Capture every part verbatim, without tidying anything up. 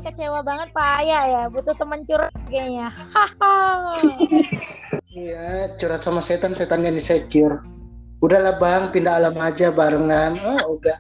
kecewa banget Pak Aya ya, butuh teman curhat kayaknya. Haha. Iya, curhat sama setan, setannya insecure. Udahlah Bang, pindah alam aja barengan. Oh, udah.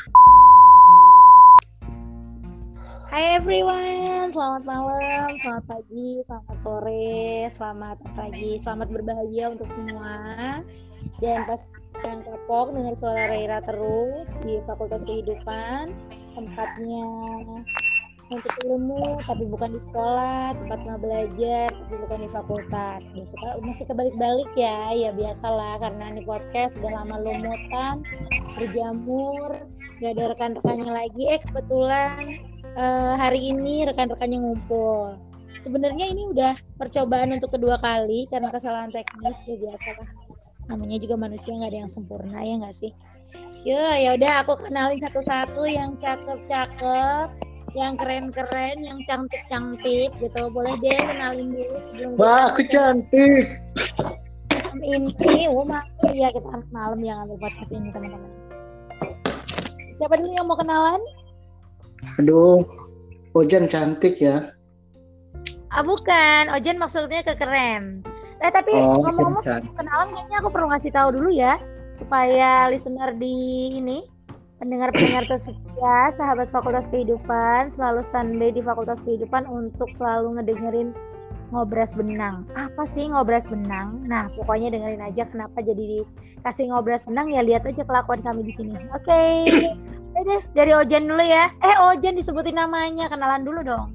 Hai everyone, selamat malam, selamat pagi, selamat sore, selamat pagi, selamat berbahagia untuk semua. Dan pasti jangan kapok dengar suara Raira terus di Fakultas Kehidupan, tempatnya untuk ilmu tapi bukan di sekolah, tempatnya belajar tapi bukan di fakultas. Biasa masih kebalik-balik ya, ya biasalah karena ini podcast udah lama lumutan, berjamur, gak ada rekan-rekannya lagi. Eh kebetulan Uh, hari ini rekan-rekannya ngumpul. Sebenarnya ini udah percobaan untuk kedua kali karena kesalahan teknis, ya biasa lah. Namanya juga manusia, nggak ada yang sempurna ya nggak sih? Yo, ya udah aku kenalin satu-satu yang cakep-cakep, yang keren-keren, yang cantik-cantik gitu. Boleh deh kenalin dulu sebelum. Wah, aku cantik. Ini, oh malam ya kita malam yang ngambil podcast ini teman-teman. Siapa dulu yang mau kenalan? Aduh, Ojan cantik ya. Ah bukan, Ojan maksudnya ke keren. Eh tapi oh, ngomong-ngomong kenalan kayaknya aku perlu ngasih tahu dulu ya supaya listener di ini pendengar-pendengar tersetia sahabat Fakultas Kehidupan selalu standby di Fakultas Kehidupan untuk selalu ngedengerin Ngobras Benang. Apa sih Ngobras Benang? Nah pokoknya dengerin aja kenapa jadi dikasih Ngobras Benang, ya lihat aja kelakuan kami di sini. Oke. Okay. Deh, dari Ojan dulu ya. Eh Ojan disebutin namanya, kenalan dulu dong.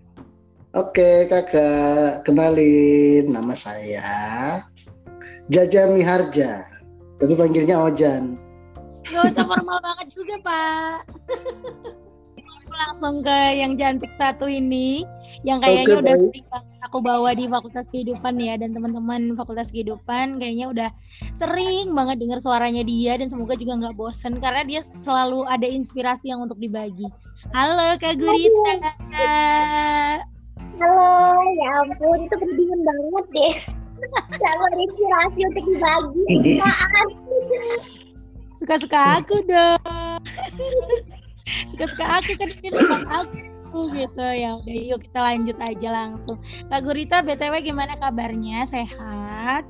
Oke kakak, kenalin nama saya Jaja Miharja, tapi panggilnya Ojan. Gak usah formal banget juga Pak. Langsung ke yang cantik satu ini, yang kayaknya Oke, udah baik. Sering banget aku bawa di Fakultas Kehidupan ya, dan teman-teman Fakultas Kehidupan kayaknya udah sering banget dengar suaranya dia, dan semoga juga nggak bosen karena dia selalu ada inspirasi yang untuk dibagi. Halo Kak Gurita. Halo, ya ampun itu berdingin banget deh. Selalu ada inspirasi untuk dibagi. Maaf. Suka-suka aku dong. Suka-suka aku kan ini memang aku gitu ya. Udah yuk kita lanjut aja langsung. Kak Gurita B T W gimana kabarnya? Sehat?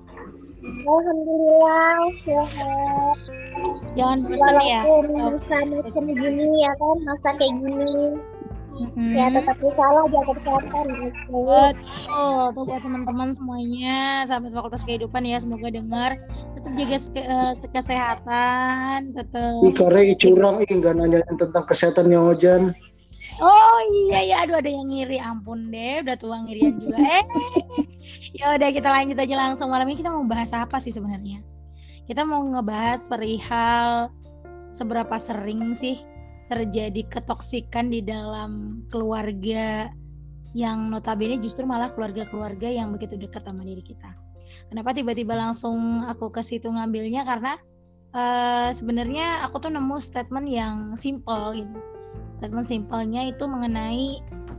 Alhamdulillah sehat. Jangan bosan ya. Masa-masa begini ya kan, masa kayak gini. Mm-hmm. Ya tetap salah jaga kesehatan. Betul, tuh buat teman-teman semuanya, sahabat Fakultas Kehidupan ya, semoga dengar. Tetap jaga uh, kesehatan, tetap. Karena curang, ih nggak nanya tentang kesehatan yang Ojan. Oh iya ya, aduh ada yang ngiri, ampun deh, udah tua ngirian juga. Eh, ya udah kita lanjut aja langsung. Malam ini kita mau bahas apa sih sebenarnya? Kita mau ngebahas perihal seberapa sering sih terjadi ketoksikan di dalam keluarga yang notabene justru malah keluarga-keluarga yang begitu dekat sama diri kita. Kenapa tiba-tiba langsung aku ke situ ngambilnya? Karena uh, sebenarnya aku tuh nemu statement yang simple gitu. Statement simpelnya itu mengenai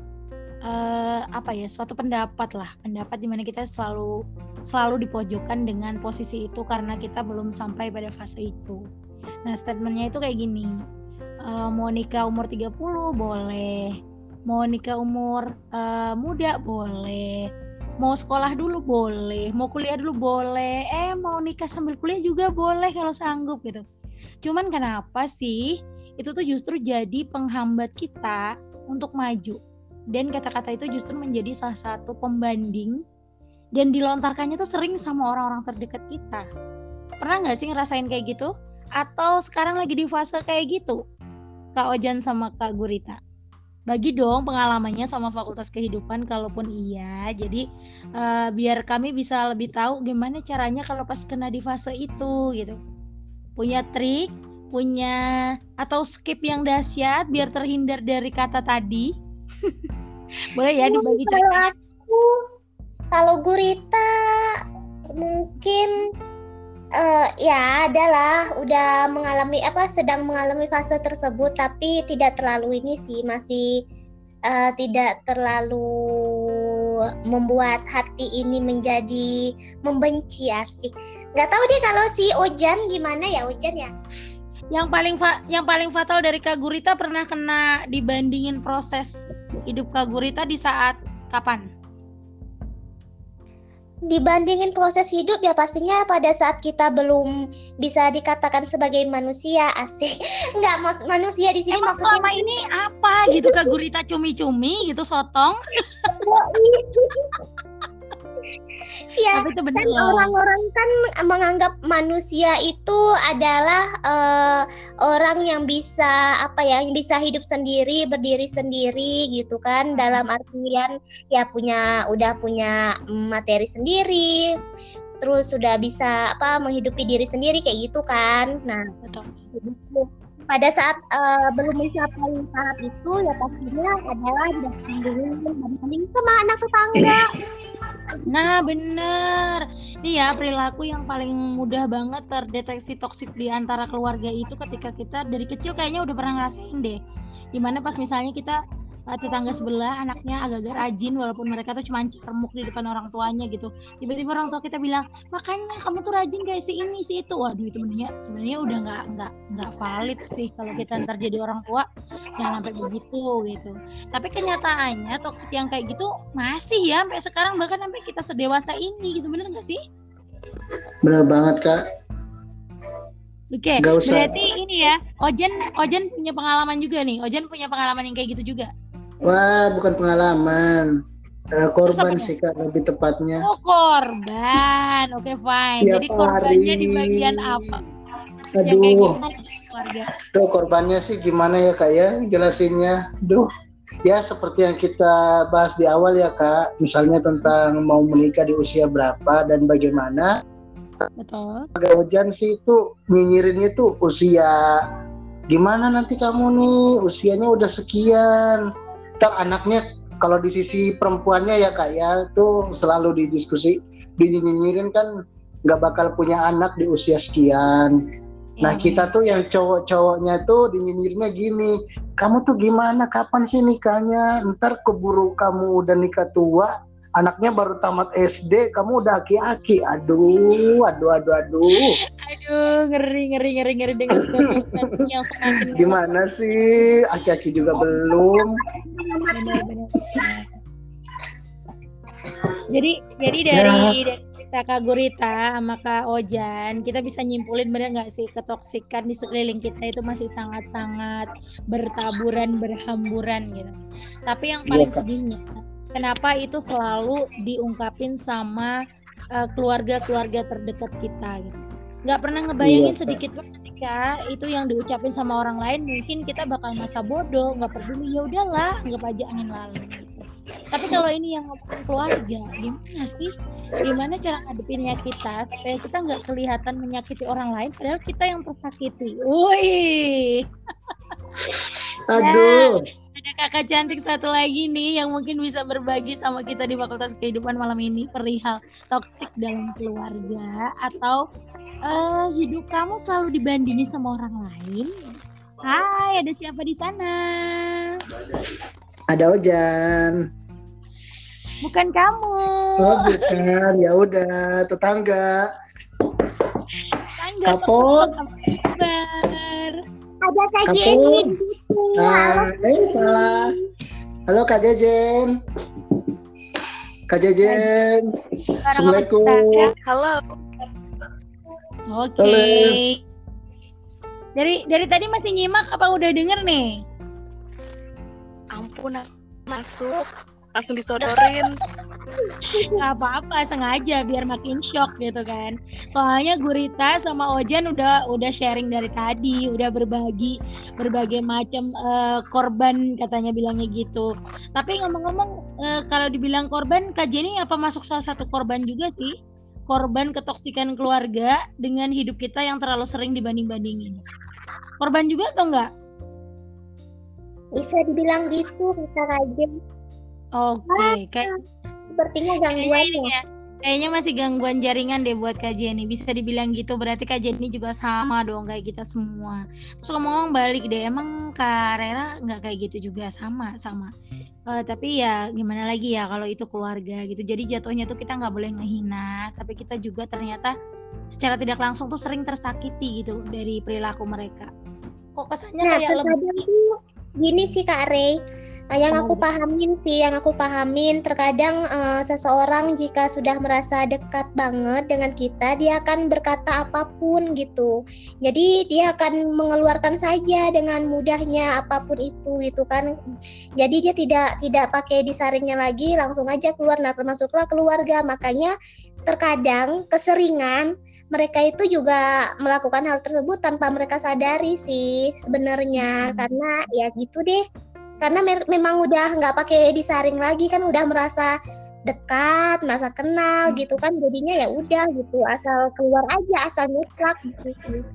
uh, apa ya, suatu pendapat lah, pendapat di mana kita selalu selalu dipojokkan dengan posisi itu karena kita belum sampai pada fase itu. Nah, statementnya itu kayak gini. Uh, mau nikah umur tiga puluh boleh, mau nikah umur uh, muda boleh, mau sekolah dulu boleh, mau kuliah dulu boleh, eh mau nikah sambil kuliah juga boleh kalau sanggup gitu. Cuman kenapa sih itu tuh justru jadi penghambat kita untuk maju, dan kata-kata itu justru menjadi salah satu pembanding dan dilontarkannya tuh sering sama orang-orang terdekat kita. Pernah gak sih ngerasain kayak gitu? Atau sekarang lagi di fase kayak gitu? Kak Ojan sama Kak Gurita, bagi dong pengalamannya sama Fakultas Kehidupan kalaupun iya. Jadi uh, biar kami bisa lebih tahu gimana caranya kalau pas kena di fase itu gitu. Punya trik, punya atau skip yang dahsyat biar terhindar dari kata tadi. Boleh ya dibagi cerita. Kalau aku, kalau Gurita mungkin Uh, ya adalah udah mengalami apa sedang mengalami fase tersebut, tapi tidak terlalu ini sih, masih uh, tidak terlalu membuat hati ini menjadi membenci, asik. Nggak tahu deh kalau si Ojan gimana ya Ojan ya. Yang paling fa- yang paling fatal dari Kak Gurita pernah kena dibandingin proses hidup Kak Gurita di saat kapan? Dibandingin proses hidup ya pastinya pada saat kita belum bisa dikatakan sebagai manusia, asik. Enggak, mak- manusia di sini Emang maksudnya selama ini apa gitu Kak Gurita, cumi-cumi gitu, sotong? ya. Tapi itu bener Kan loh. orang-orang kan menganggap manusia itu adalah eh, orang yang bisa apa ya, yang bisa hidup sendiri, berdiri sendiri gitu kan. Dalam artian ya punya udah punya materi sendiri, terus sudah bisa apa menghidupi diri sendiri kayak gitu kan. Nah, Betul. pada saat eh, belum mencapai tahap itu ya pastinya adalah dibandingin sama anak tetangga. Nah bener, nih ya perilaku yang paling mudah banget terdeteksi toksik di antara keluarga itu ketika kita dari kecil kayaknya udah pernah ngerasain deh. Dimana pas misalnya kita uh, tetangga sebelah anaknya agak-agak rajin walaupun mereka tuh cuma cermuk di depan orang tuanya gitu. Tiba-tiba orang tua kita bilang, makanya kamu tuh rajin kayak si ini si itu. Waduh itu sebenarnya sebenarnya udah nggak nggak nggak valid sih kalau kita ntar jadi orang tua, jangan sampai begitu gitu. Tapi kenyataannya toksik yang kayak gitu masih ya sampai sekarang, bahkan sampai kita sedewasa ini gitu, bener nggak sih? Bener banget Kak. Oke, Nggak usah. berarti ini ya, Ojen Ojen punya pengalaman juga nih. Ojen punya pengalaman yang kayak gitu juga. Wah, bukan pengalaman. Eh, korban Terus apa sih Kak, lebih tepatnya. Oh korban, oke fine. Tiap Jadi korbannya hari. di bagian apa? Yang kayak Aduh, gitu keluarga. Duh, korbannya sih gimana ya Kak ya jelasinnya. Duh, ya seperti yang kita bahas di awal ya Kak. Misalnya tentang mau menikah di usia berapa dan bagaimana. Betul. Ada Ojan sih itu nyinyirinnya tuh usia gimana nanti kamu nih usianya udah sekian. Ntar anaknya kalau di sisi perempuannya ya Kak ya tuh selalu didiskusi, dinyinyirin kan nggak bakal punya anak di usia sekian. Nah kita tuh yang cowok-cowoknya tuh dinyinyirinnya gini, kamu tuh gimana, kapan sih nikahnya, ntar keburu kamu udah nikah tua, anaknya baru tamat S D, kamu udah aki-aki, aduh, aduh, aduh, aduh. Aduh, ngeri, ngeri, ngeri, ngeri dengan statement yang semakin gimana sih, aki-aki juga belum. Benar-benar. Jadi, jadi dari, Ya. dari Kak Gurita sama Kak Ojan, kita bisa nyimpulin bener nggak sih ketoksikan di sekeliling kita itu masih sangat-sangat bertaburan, berhamburan gitu. Tapi yang paling Iya, Kak. sedihnya, kenapa itu selalu diungkapin sama uh, keluarga-keluarga terdekat kita gitu. Nggak pernah ngebayangin Iya, Kak. sedikit pun ketika itu yang diucapin sama orang lain, mungkin kita bakal masa bodoh, nggak peduli, ya udahlah, anggap aja angin lalu gitu. Tapi kalau ini yang ngomongin keluarga, gimana sih? Gimana cara ngadepinnya kita supaya kita nggak kelihatan menyakiti orang lain padahal kita yang tersakiti. Wih. Aduh. Nah, ada kakak cantik satu lagi nih yang mungkin bisa berbagi sama kita di Fakultas Kehidupan malam ini perihal toksik dalam keluarga atau uh, hidup kamu selalu dibandingin sama orang lain. Hai, ada siapa di sana? Ada Ojan. Bukan kamu. Oh bukan, ya udah tetangga. Tetangga. Kapot. Kabar. Ada Kak Kapot. Jenny. Ah, eh salah. Halo Kak Jejen. Kak Jejen. Assalamualaikum. Halo. Oke. Halo. Dari dari tadi masih nyimak apa udah denger nih? Ampun, masuk langsung disodorin. Gak apa-apa, sengaja biar makin shock gitu kan. Soalnya Gurita sama Ojan udah udah sharing dari tadi, udah berbagi berbagai macam uh, korban katanya bilangnya gitu. Tapi ngomong-ngomong uh, kalau dibilang korban, Kak Jenny apa masuk salah satu korban juga sih? Korban ketoksikan keluarga dengan hidup kita yang terlalu sering dibanding-bandingin. Korban juga atau enggak? Bisa dibilang gitu, bisa aja. Oke, okay. Kayak sepertinya gangguan ya. Kayaknya masih gangguan jaringan deh buat Kak Jenny. Bisa dibilang gitu, berarti Kak Jenny juga sama dong kayak kita semua. Terus ngomong-ngomong balik deh, emang Kak Rera nggak kayak gitu juga? Sama, sama. Uh, tapi ya gimana lagi ya kalau itu keluarga gitu. Jadi jatuhnya tuh kita nggak boleh ngehina, tapi kita juga ternyata secara tidak langsung tuh sering tersakiti gitu dari perilaku mereka. Kok kesannya nah, kayak lebih gini sih Kak Rey, Uh, yang aku pahamin sih, yang aku pahamin terkadang uh, seseorang jika sudah merasa dekat banget dengan kita, dia akan berkata apapun gitu. Jadi dia akan mengeluarkan saja dengan mudahnya apapun itu, itu kan. Jadi dia tidak tidak pakai disaringnya lagi, langsung aja keluar. Nah, termasuklah keluarga. Makanya terkadang keseringan mereka itu juga melakukan hal tersebut tanpa mereka sadari sih sebenarnya, karena ya gitu deh. Karena me- memang udah nggak pakai disaring lagi kan, udah merasa dekat, merasa kenal gitu kan, jadinya ya udah gitu, asal keluar aja, asal mutlak gitu.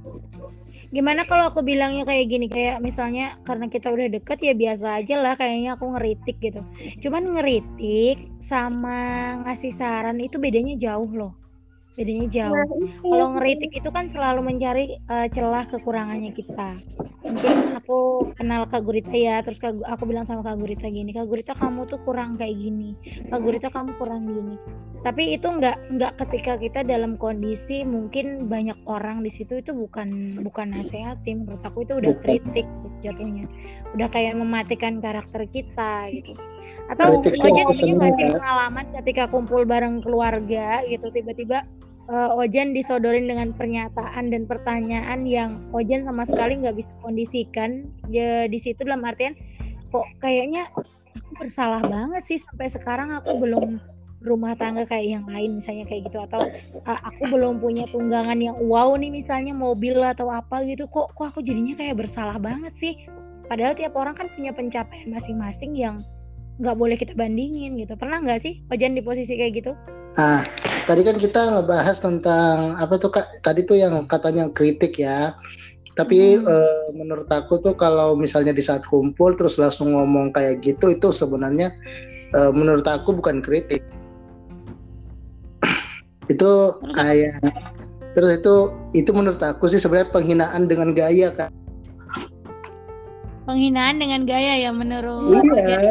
Gimana kalau aku bilangnya kayak gini, kayak misalnya karena kita udah deket ya biasa aja lah, kayaknya aku ngeritik gitu. Cuman ngeritik sama ngasih saran itu bedanya jauh loh. Bedanya jauh. Nah, itu. Kalau ngeritik itu kan selalu mencari uh, celah kekurangannya kita. Mungkin aku kenal Kak Gurita ya, terus Kak, aku bilang sama Kak Gurita gini, Kak Gurita kamu tuh kurang kayak gini, Kak Gurita kamu kurang gini. Tapi itu nggak nggak ketika kita dalam kondisi mungkin banyak orang di situ, itu bukan bukan nasihat sih menurut aku, itu udah kritik gitu, jatuhnya. Udah kayak mematikan karakter kita gitu. Atau Ojan punya nggak sih pengalaman ketika kumpul bareng keluarga gitu, tiba-tiba Uh, Ojan disodorin dengan pernyataan dan pertanyaan yang Ojan sama sekali nggak bisa kondisikan ya, di situ dalam artian kok kayaknya aku bersalah banget sih sampai sekarang aku belum rumah tangga kayak yang lain misalnya kayak gitu, atau uh, aku belum punya tunggangan yang wow nih misalnya mobil atau apa gitu, kok kok aku jadinya kayak bersalah banget sih, padahal tiap orang kan punya pencapaian masing-masing yang nggak boleh kita bandingin gitu. Pernah nggak sih Ojan di posisi kayak gitu? Nah, tadi kan kita ngebahas tentang apa tuh Kak? Tadi tuh yang katanya kritik ya. Tapi hmm. e, menurut aku tuh kalau misalnya di saat kumpul terus langsung ngomong kayak gitu, itu sebenarnya e, menurut aku bukan kritik. Itu terus kayak apa? Terus itu itu menurut aku sih sebenarnya penghinaan dengan gaya Kak. Penghinaan dengan gaya ya menurut Iya.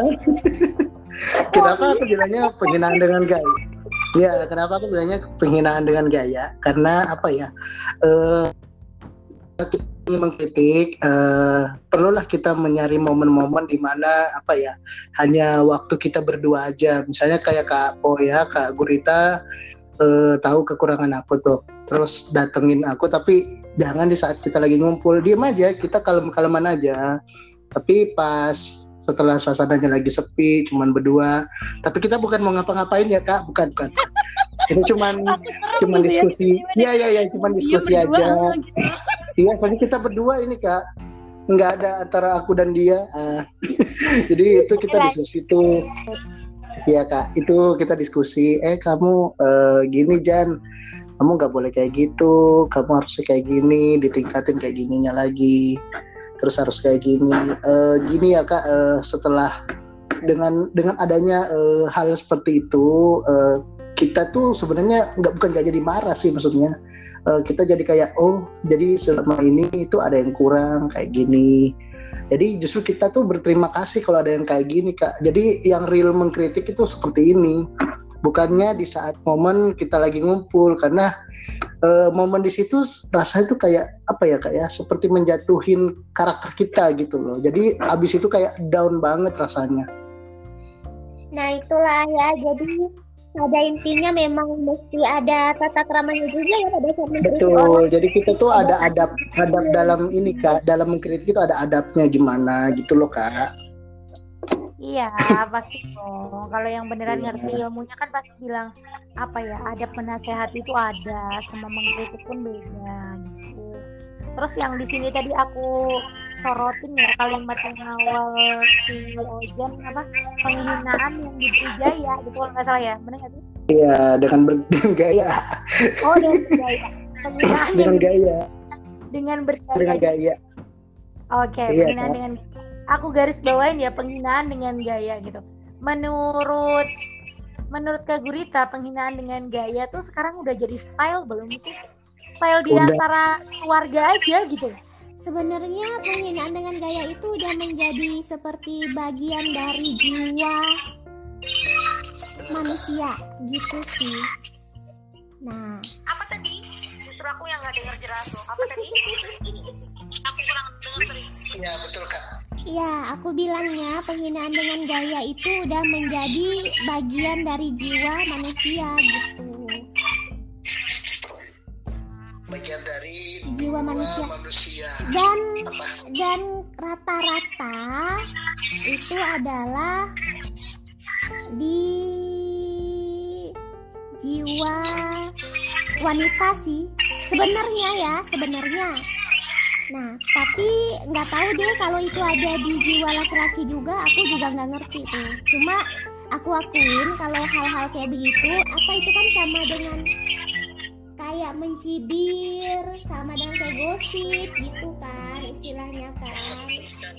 Kenapa aku bilangnya penghinaan dengan gaya? Ya, kenapa aku bilangnya penghinaan dengan gaya? Karena apa ya? Uh, kita ingin mengkritik, uh, perlulah kita mencari momen-momen di mana apa ya? Hanya waktu kita berdua aja. Misalnya kayak Kak Po ya, Kak Gurita uh, tahu kekurangan aku tuh, terus datengin aku, tapi jangan di saat kita lagi ngumpul, diem aja, kita kalem-kaleman aja. Tapi pas setelah suasananya lagi sepi, cuman berdua, tapi kita bukan mau ngapa-ngapain ya Kak, bukan bukan. Ini cuman cuman gitu diskusi. Iya iya iya, cuman diskusi dia aja. Iya, soalnya kita berdua ini Kak, nggak ada antara aku dan dia. Uh, jadi itu kita diskusi tuh. Iya Kak, itu kita diskusi. Eh kamu uh, gini Jan, kamu nggak boleh kayak gitu, kamu harusnya kayak gini, ditingkatin kayak gininya lagi. Terus harus kayak gini, uh, gini ya Kak. Uh, setelah dengan dengan adanya uh, hal seperti itu, uh, kita tuh sebenarnya nggak bukan nggak jadi marah sih, maksudnya uh, kita jadi kayak oh jadi selama ini itu ada yang kurang kayak gini. Jadi justru kita tuh berterima kasih kalau ada yang kayak gini Kak. Jadi yang real mengkritik itu seperti ini, bukannya di saat momen kita lagi ngumpul, karena Uh, momen di situ rasanya tuh kayak apa ya Kak ya, seperti menjatuhin karakter kita gitu loh. Jadi abis itu kayak down banget rasanya. Nah itulah ya, jadi pada intinya memang mesti ada tata keramanya juga ya pada saat mengkritik. Betul, jadi kita tuh ada adab adab dalam ini Kak, dalam mengkritik itu ada adabnya gimana gitu loh Kak. Iya pasti dong. Kalau yang beneran yeah. ngerti ilmunya kan pasti bilang apa ya, adab penasehat itu ada, sama mengkritik pun beda gitu. Terus yang di sini tadi aku sorotin ya kalimat yang awal si Ojan apa, penghinaan yang diberi gaya gitu kalau nggak salah ya, benar nggak sih? Iya, dengan bergaya. Oh dengan gaya. Penghinaan dengan gaya. Dengan bergaya. Dengan gaya. Oke, okay, iya, penghinaan kan? dengan aku garis bawain ya, penghinaan dengan gaya gitu. Menurut menurut Kak Gurita, penghinaan dengan gaya tuh sekarang udah jadi style belum sih? Style di udah. Antara keluarga aja gitu. Sebenarnya penghinaan dengan gaya itu udah menjadi seperti bagian dari jiwa manusia gitu sih. Nah, apa tadi? Justru aku yang nggak dengar jelas loh. Apa tadi? Aku kurang dengar serius. Iya betul Kak. Ya, aku bilangnya penghinaan dengan gaya itu udah menjadi bagian dari jiwa manusia gitu. Bagian dari Jiwa manusia. manusia. Dan Apa? dan rata-rata itu adalah di jiwa wanita sih. Sebenarnya ya, sebenarnya. Nah, tapi nggak tahu deh kalau itu ada di jiwa laki-laki juga, aku juga nggak ngerti tuh. Cuma aku akuin kalau hal-hal kayak begitu, apa itu kan sama dengan kayak mencibir, sama dengan kayak gosip gitu kan, istilahnya kan.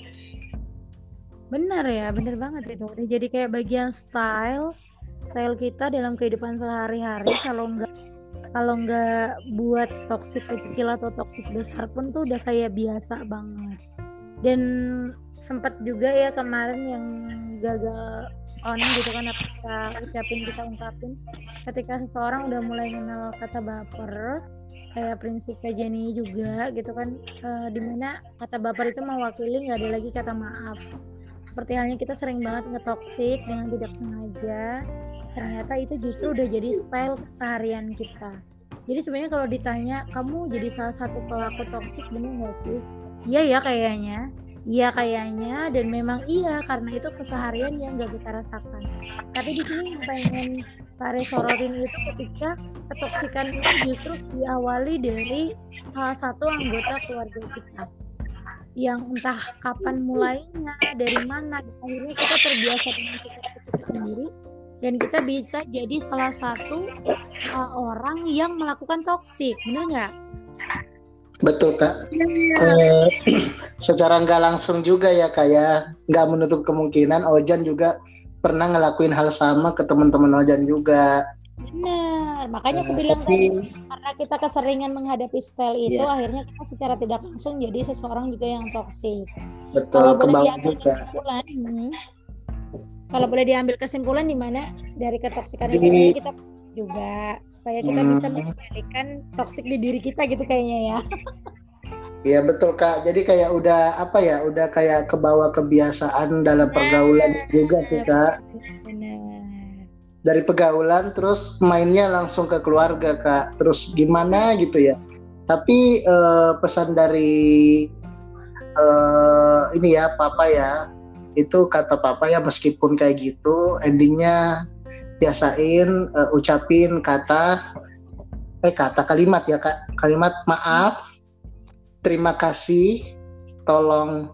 Bener ya, bener banget itu. Udah jadi kayak bagian style, style kita dalam kehidupan sehari-hari. Kalau nggak kalau nggak buat toksik kecil atau toksik besar pun tuh udah kayak biasa banget. Dan sempat juga ya kemarin yang gagal on gitu kan, apa kita ucapin kita ungkapin ketika seseorang udah mulai kenal kata baper, kayak prinsip Jenny juga gitu kan, e, dimana kata baper itu mewakili nggak ada lagi kata maaf. Seperti halnya kita sering banget ngetoksik dengan tidak sengaja, ternyata itu justru udah jadi style keseharian kita. Jadi sebenarnya kalau ditanya kamu jadi salah satu pelaku toksik, bener nggak sih? Iya ya kayaknya, iya kayaknya, dan memang iya karena itu keseharian yang nggak kita rasakan. Tapi di sini yang pengen Kare sorotin itu ketika ketoksikan itu justru diawali dari salah satu anggota keluarga kita, yang entah kapan mulainya, dari mana, akhirnya kita terbiasa dengan kita sendiri dan kita bisa jadi salah satu uh, orang yang melakukan toksik, bener nggak? Betul Kak. Eh, secara nggak langsung juga ya Kak ya, nggak menutup kemungkinan Ojan juga pernah ngelakuin hal sama ke teman-teman Ojan juga. Benar, makanya aku Eh, bilang tapi tadi, karena kita keseringan menghadapi style itu, Iya. akhirnya kita secara tidak langsung jadi seseorang juga yang toksik. betul Kalau ke boleh bawah diambil juga. kesimpulan, hmm, kalau boleh diambil kesimpulan di mana dari ketoksikan itu Jadi, kita juga supaya kita bisa hmm, mengendalikan toksik di diri kita gitu kayaknya ya. iya betul Kak. Jadi kayak udah apa ya, udah kayak kebawa kebiasaan dalam pergaulan juga sih Kak. Benar. Dari pergaulan terus mainnya langsung ke keluarga Kak. Terus gimana gitu ya. Tapi eh, pesan dari eh, ini ya Papa ya, itu kata Papa ya, meskipun kayak gitu endingnya biasain eh, ucapin kata eh kata kalimat ya Kak, kalimat maaf, terima kasih, tolong,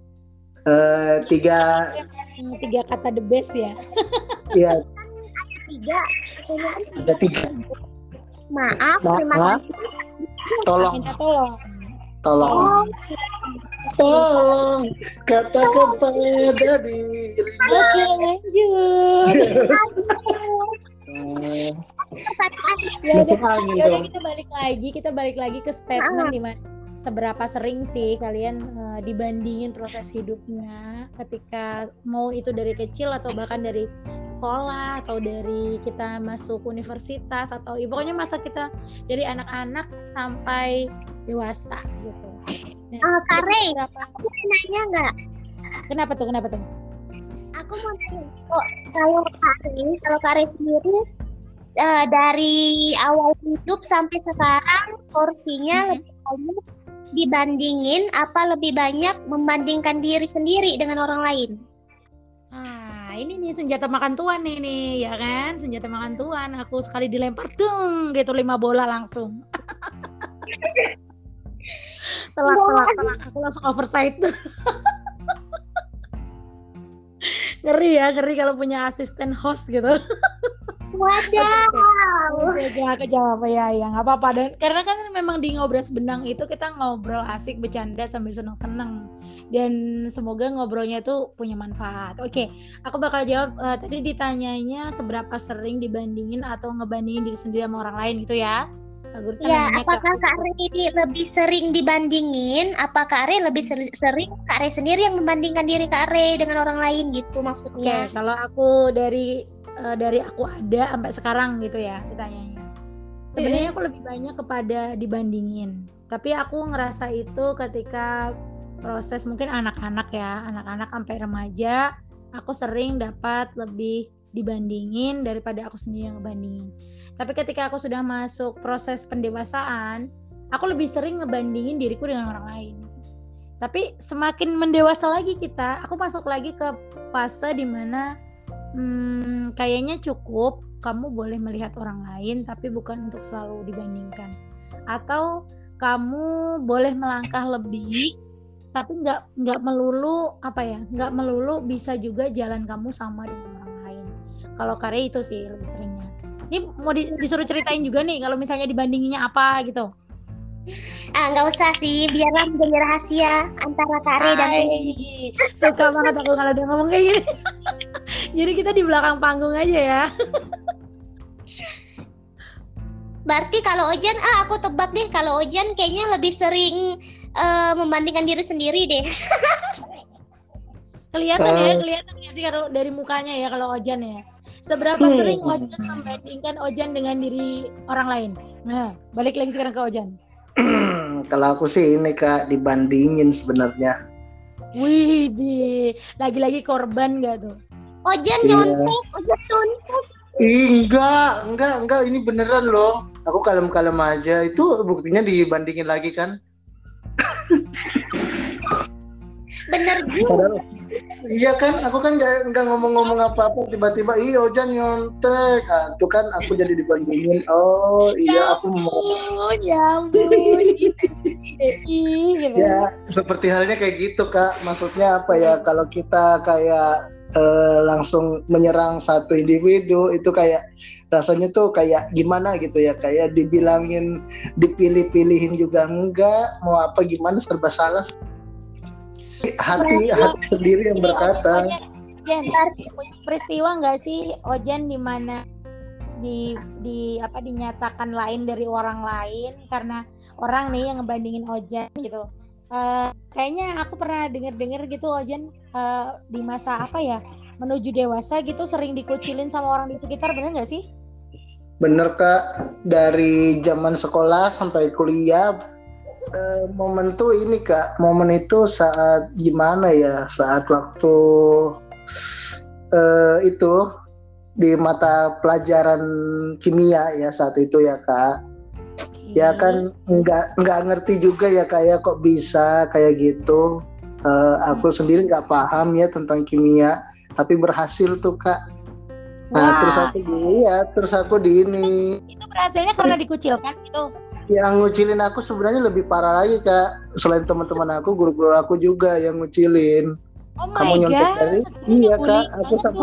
eh, tiga Yang tiga kata the best ya. ya Tiga, ada tiga maaf, terima maaf, kasih. tolong, Minta tolong. tolong, Oh, tolong katakan pada dirinya. Oke, lanjut. Eh, Ya udah, Masuk angin ya udah dong. kita balik lagi, kita balik lagi ke statement di mana seberapa sering sih kalian uh, dibandingin proses hidupnya ketika mau itu dari kecil atau bahkan dari sekolah atau dari kita masuk universitas atau ya, pokoknya masa kita dari anak-anak sampai dewasa gitu. Nah, Ah, Kak Rey, seberapa, aku mau nanya nggak? kenapa tuh kenapa tuh? Aku mau nanya, kok kalau Kak Rey, kalau Kak Rey sendiri eh, dari awal hidup sampai sekarang porsinya Mhm. lebih banyak dibandingin apa lebih banyak membandingkan diri sendiri dengan orang lain? Ah, ini nih senjata makan tuan nih nih, ya kan? Senjata makan tuan. Aku sekali dilempar tung gitu lima bola langsung. telak telak telak aku langsung oversight. Ngeri ya, ngeri kalau punya asisten host gitu. Wadaw. Oke, aku jawab ya, ya nggak apa-apa. Dan karena kan memang di ngobras benang itu kita ngobrol asik, bercanda sambil seneng-seneng. Dan semoga ngobrolnya itu punya manfaat. Oke, aku bakal jawab. Uh, tadi ditanyanya seberapa sering dibandingin atau ngebandingin diri sendiri sama orang lain gitu ya. Kak Guru kan Ya, nanya ke apakah aku. Kak Rey ini lebih sering dibandingin? Apa Kak Rey lebih ser- sering Kak Rey sendiri yang membandingkan diri Kak Rey dengan orang lain gitu Oke, maksudnya? kalau aku dari uh, dari aku ada sampai sekarang gitu ya ditanyanya. Sebenarnya aku lebih banyak kepada dibandingin. Tapi aku ngerasa itu ketika proses mungkin anak-anak ya, anak-anak sampai remaja, aku sering dapat lebih dibandingin daripada aku sendiri yang ngebandingin. Tapi ketika aku sudah masuk proses pendewasaan, aku lebih sering ngebandingin diriku dengan orang lain. Tapi semakin mendewasa lagi kita, aku masuk lagi ke fase dimana hmm, kayaknya cukup kamu boleh melihat orang lain, tapi bukan untuk selalu dibandingkan. Atau kamu boleh melangkah lebih, tapi nggak nggak melulu apa ya, nggak melulu bisa juga jalan kamu sama dengan orang lain. Kalau karya itu sih lebih seringnya. Ini mau di, disuruh ceritain juga nih kalau misalnya dibandinginnya apa gitu. Ah, nggak usah sih, biarlah menjadi rahasia antara Kare dan Hai, suka banget aku kalau dia ngomong kayak gini. Jadi kita di belakang panggung aja ya. Berarti kalau Ojan, ah aku tebak deh, kalau Ojan kayaknya lebih sering uh, membandingkan diri sendiri deh. Kelihatan Uh. ya, kelihatan ya sih kalau dari mukanya ya kalau Ojan ya. Seberapa Hmm. sering Ojan membandingkan Ojan dengan diri orang lain? Nah, balik lagi sekarang ke Ojan. Kalau aku sih ini Kak, dibandingin sebenarnya. Wih, di lagi-lagi korban gak tuh? Ojan Iya. nyontek, Ojan nyontek. Ih, enggak, enggak, enggak, ini beneran loh. Aku kalem-kalem aja. Itu buktinya dibandingin lagi kan. Bener juga. Padahal, iya kan, aku kan nggak nggak ngomong-ngomong apa-apa, tiba-tiba iya Ojan nyontek, ah, itu kan aku jadi dibandingin. Oh iya, aku mau Oh, ya ampun. Gitu. ya seperti halnya kayak gitu Kak. Maksudnya apa ya? Kalau kita kayak eh, langsung menyerang satu individu itu kayak rasanya tuh kayak gimana gitu ya? Kayak dibilangin dipilih-pilihin juga enggak, mau apa gimana serba salah. Hati hati sendiri yang berkata. Ojan, punya peristiwa nggak sih Ojan di mana di di apa dinyatakan lain dari orang lain karena orang nih yang ngebandingin Ojan gitu. Uh, kayaknya aku pernah dengar-dengar gitu Ojan uh, di masa apa ya menuju dewasa gitu sering dikucilin sama orang di sekitar, bener nggak sih? Bener Kak, dari zaman sekolah sampai kuliah. Uh, momen tuh ini Kak, momen itu saat gimana ya, saat waktu uh, itu di mata pelajaran kimia ya saat itu ya Kak. Okay. Ya kan nggak nggak ngerti juga ya kayak kok bisa kayak gitu. Uh, aku sendiri nggak paham ya tentang kimia, tapi berhasil tuh Kak. Nah Wah. terus aku di ya terus aku di ini. Itu berhasilnya karena dikucilkan gitu. Yang ngucilin aku sebenarnya lebih parah lagi Kak. Selain teman-teman aku, guru-guru aku juga yang ngucilin. Oh my Kamu god. Dari? Iya Kak, aku sama.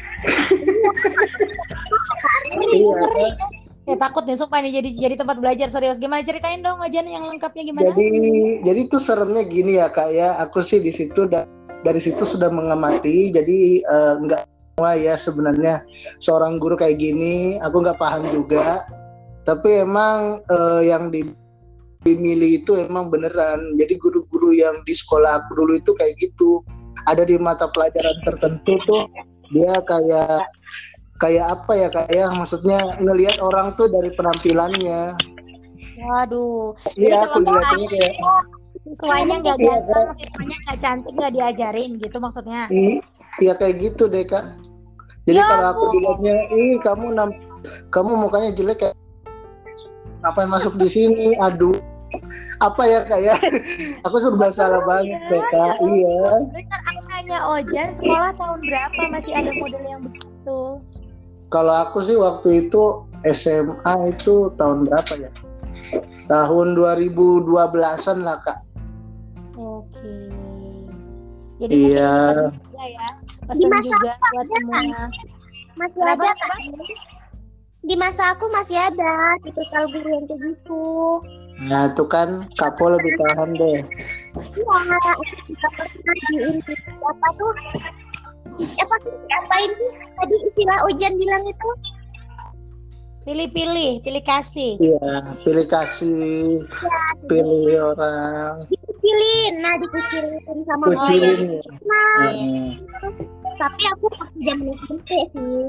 Iya Kak. Ya takut nih sumpah nih jadi jadi tempat belajar serius. Gimana ceritain dong Ojan yang lengkapnya gimana? Jadi jadi tuh seremnya gini ya Kak ya. Aku sih di situ da- dari situ sudah mengamati. Jadi uh, nggak semua ya sebenarnya seorang guru kayak gini. Aku nggak paham juga. Tapi emang uh, yang dimilih itu emang beneran. Jadi guru-guru yang di sekolah aku dulu itu kayak gitu. Ada di mata pelajaran tertentu tuh dia kayak kayak apa ya kayak maksudnya ngelihat orang tuh dari penampilannya. Waduh. Iya aku lihatnya kayak siswanya nggak ganteng, siswanya nggak cantik nggak diajarin gitu maksudnya. Iya kayak gitu deh Kak. Jadi ya, kalau aku dilihatnya, ih kamu nam, kamu mukanya jelek kayak ngapain masuk di sini? Aduh, apa ya kayak aku serba salah banget deh Kak. Iya. Benar, aku nanya Ojan sekolah tahun berapa masih ada model yang begitu? Kalau aku sih waktu itu S M A itu tahun berapa ya? Tahun dua ribu dua belasan lah Kak. Oke. Jadi iya. Pesan juga ya. Pesan juga buat semua. Masih ada Kak. Di masa aku masih ada tipikal guru yang kayak gitu. Nah itu kan Kapo lebih paham deh. Iya, kita pernah di ini apa tuh? Apa sih? Apain sih? Tadi istilah Ojan bilang itu? Pilih-pilih, pilih kasih. Iya, pilih kasih, ya, pilih orang. Dikucilin, nah dikucilin sama Kucilin. Nah, hmm. Tapi aku masih zaman S M P sih.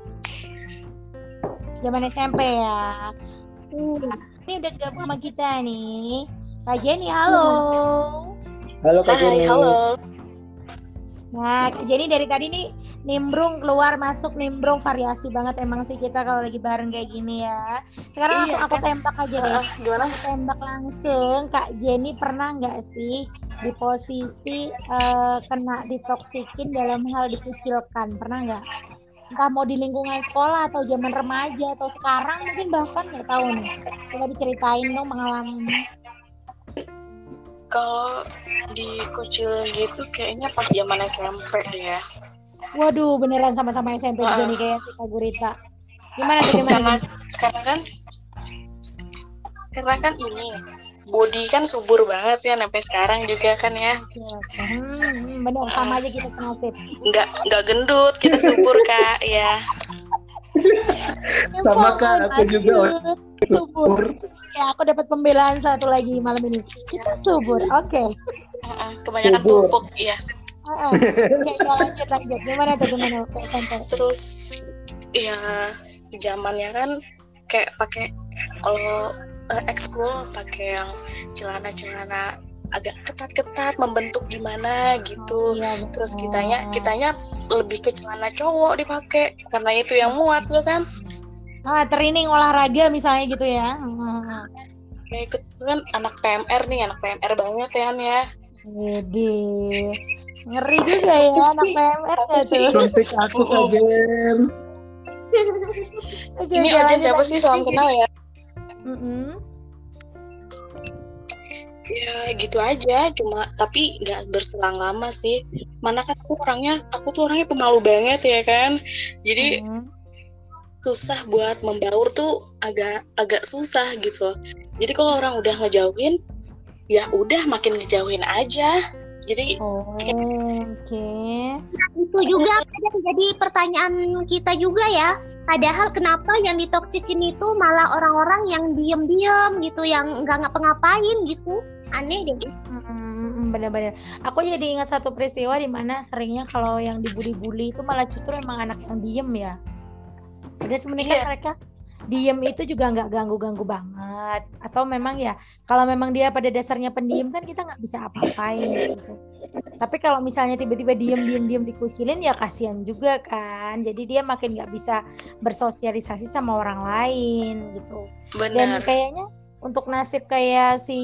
Zaman S M P ya. Hmm. Ini udah gabung sama kita nih. Kak Jenny, halo. Halo Kak Hai, Jenny. halo. Nah, jadi dari tadi nih nimbrung keluar masuk nimbrung variasi banget emang sih kita kalau lagi bareng kayak gini ya. Sekarang langsung Iya aku kan? tembak aja deh. Heeh, gimana? Aku tembak langsung, Kak Jenny pernah nggak sih di posisi eh, kena ditoksikin dalam hal dikucilkan? Pernah nggak? Entah mau di lingkungan sekolah atau zaman remaja atau sekarang mungkin bahkan nggak tahu nih. Coba diceritain dong pengalamannya. Kalau dikucilin gitu kayaknya pas zaman S M P deh ya. Waduh, beneran sama-sama S M P juga Heeh. nih kayak si Kak Gurita. Gimana tuh gimana? Karena tuh? karena kan karena kan ini body kan subur banget ya sampai sekarang juga kan ya. Oke, oke. Hmm, hmm, bener sama aja kita senasib. Nggak nggak gendut, kita subur Kak ya. Sama Kak, aku juga orang subur. Ya, aku dapat pembelaan satu lagi malam ini. Kita subur. Oke. Heeh, kebanyakan Subur. pupuk ya. Heeh. Oke, ya, lanjut lanjut. Gimana tuh gimana? Oke, santai. Terus ya zamannya kan kayak pakai kalau uh, ekskul pakai yang celana-celana agak ketat-ketat membentuk gimana gitu. Oh, iya, betul. Terus kitanya kitanya lebih ke celana cowok dipakai karena itu yang muat ya kan. Ah, training olahraga misalnya gitu ya. Hmm. Kayak ikut kan anak P M R nih, anak P M R banget ya kan ya. Wede. Ngeri juga ya anak P M R ya tuh. Suntik aku Kak Jen. Oke, Ini oke, Ojen lanjut, siapa lanjut. sih? Salam kenal ya. Mm-mm. Ya gitu aja, cuma tapi nggak berselang lama sih. Mana kan aku orangnya, aku tuh orangnya pemalu banget ya kan. Jadi Hmm. susah buat membaur tuh agak agak susah gitu. Jadi kalau orang udah ngejauhin, ya udah makin ngejauhin aja. Jadi Oh, oke. Itu juga kadang jadi pertanyaan kita juga ya. Padahal kenapa yang ditoksikin itu malah orang-orang yang diem-diem gitu, yang nggak ngapa-ngapain gitu. Aneh deh. Hmm, benar-benar. Aku jadi ingat satu peristiwa di mana seringnya kalau yang dibully-bully itu malah justru emang anak yang diem ya. Padahal sebenarnya kan Iya. mereka diem itu juga nggak ganggu-ganggu banget. Atau memang ya kalau memang dia pada dasarnya pendiam kan kita nggak bisa apa-apain gitu. Tapi kalau misalnya tiba-tiba diem-diem-diem dikucilin ya kasihan juga kan. Jadi dia makin nggak bisa bersosialisasi sama orang lain gitu. Dan benar. kayaknya untuk nasib kayak si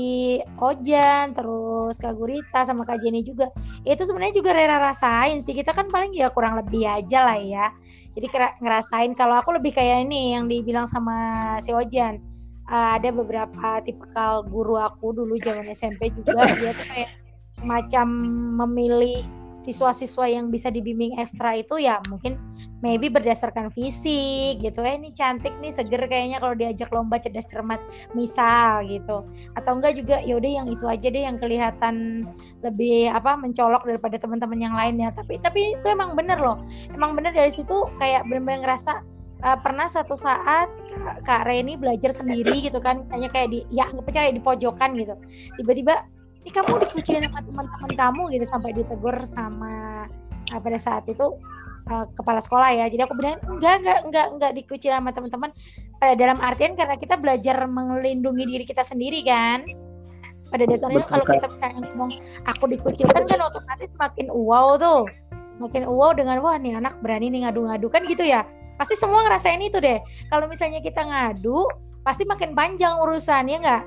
Ojan, terus Kak Gurita sama Kak Jenny juga, itu sebenarnya juga Rera rasain sih. Kita kan paling ya kurang lebih aja lah ya. Jadi kera- ngerasain. Kalau aku lebih kayak ini yang dibilang sama si Ojan. Uh, ada beberapa tipikal guru aku dulu zaman S M P juga, dia tuh kayak semacam memilih siswa-siswa yang bisa dibimbing ekstra itu ya mungkin maybe berdasarkan fisik gitu, eh ini cantik nih, seger kayaknya kalau diajak lomba cerdas cermat misal gitu, atau enggak juga ya udah yang itu aja deh yang kelihatan lebih apa mencolok daripada teman-teman yang lainnya. Tapi tapi itu emang bener loh, emang bener dari situ kayak bener-bener ngerasa uh, pernah satu saat Kak, Kak Reni belajar sendiri gitu kan, hanya kayak di ya nggak percaya di pojokan gitu, tiba-tiba ini kamu dikucilin sama teman-teman kamu gitu sampai ditegur sama uh, pada saat itu uh, kepala sekolah ya. Jadi aku bilang enggak enggak enggak enggak dikucil sama teman-teman, pada dalam artian karena kita belajar melindungi diri kita sendiri kan. Pada dasarnya Betul, kalau Kak. kita misalnya ngomong aku dikucilkan kan otomatis makin wow tuh, makin wow dengan wah nih anak berani nih ngadu-ngadu kan gitu ya. Pasti semua ngerasain itu deh. Kalau misalnya kita ngadu pasti makin panjang urusannya enggak?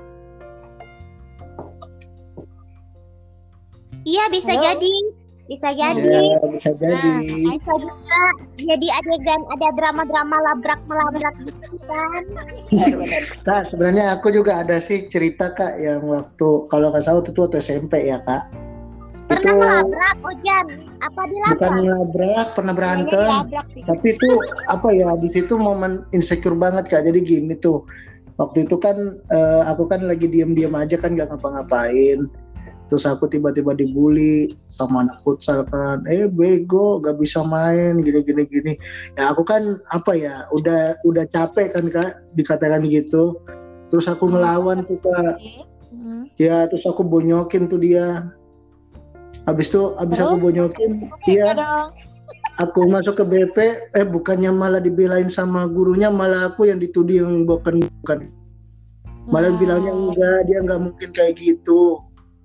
Iya bisa Halo? jadi, bisa jadi. Ya, bisa jadi. Nah, Bisa juga jadi adegan ada drama-drama labrak melabrak gitu kan. Kak, sebenarnya aku juga ada sih cerita Kak yang waktu kalau nggak salah itu waktu S M P ya Kak. Pernah Itu melabrak Ojan? Apa bukan dilabrak? ngelabrak, pernah berantem. labrak sih. Tapi itu apa ya, di situ momen insecure banget Kak. Jadi gini tuh, waktu itu kan eh, aku kan lagi diem-diem aja kan nggak ngapa-ngapain. Terus aku tiba-tiba dibully sama anak futsal kan, eh bego gak bisa main gini-gini gini. Ya aku kan apa ya, udah udah capek kan Kak dikatakan gitu. Terus aku ngelawan tuh Kak. Hmm. Ya terus aku bonyokin tuh dia. Habis itu habis aku Terus? bonyokin, Iya dia dong. aku masuk ke B P, eh bukannya malah dibelain sama gurunya, malah aku yang dituduh yang bukan bukan. Malah Nah. bilangnya enggak, dia enggak mungkin kayak gitu.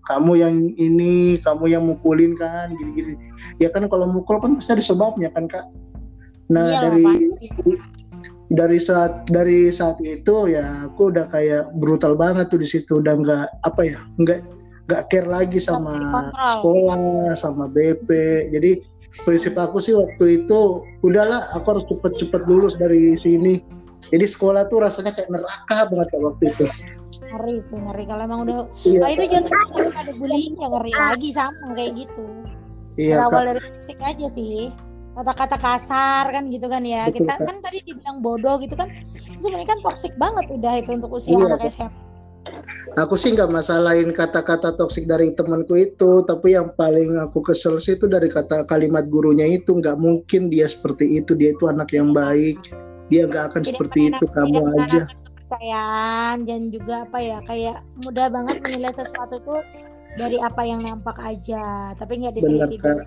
kamu yang ini, kamu yang mukulin kan, gini-gini. Ya kan kalau mukul kan pasti ada sebabnya kan Kak. Nah Iya lah, dari pasti. dari saat dari saat itu ya aku udah kayak brutal banget tuh di situ, udah nggak apa ya, nggak nggak care lagi sama Kontrol. sekolah, sama B P. Jadi prinsip aku sih waktu itu udahlah, aku harus cepet-cepet lulus dari sini. Jadi sekolah tuh rasanya kayak neraka banget Kak, waktu itu. Ngeri tuh, ngeri kalau emang udah. Iya, Nah itu Kak. jatuhnya ada bullying ya, ngeri lagi sama kayak gitu. Iya, Berawal Kak. dari fisik aja sih, kata-kata kasar kan gitu kan ya. Betul, Kita Kak. kan tadi dibilang bodoh gitu kan, sebenarnya kan toksik banget udah itu untuk usia Iya, anak Kak. S M P. Aku sih nggak masalahin kata-kata toksik dari temanku itu, tapi yang paling aku kesel sih itu dari kata kalimat gurunya itu. Nggak mungkin dia seperti itu, dia itu anak yang baik, dia nggak akan Tidak seperti menenak- itu, kamu tidak aja. menanamkan kepercayaan dan juga apa ya, kayak mudah banget menilai sesuatu tuh dari apa yang nampak aja, tapi nggak Bener, diteliti Kak. dulu.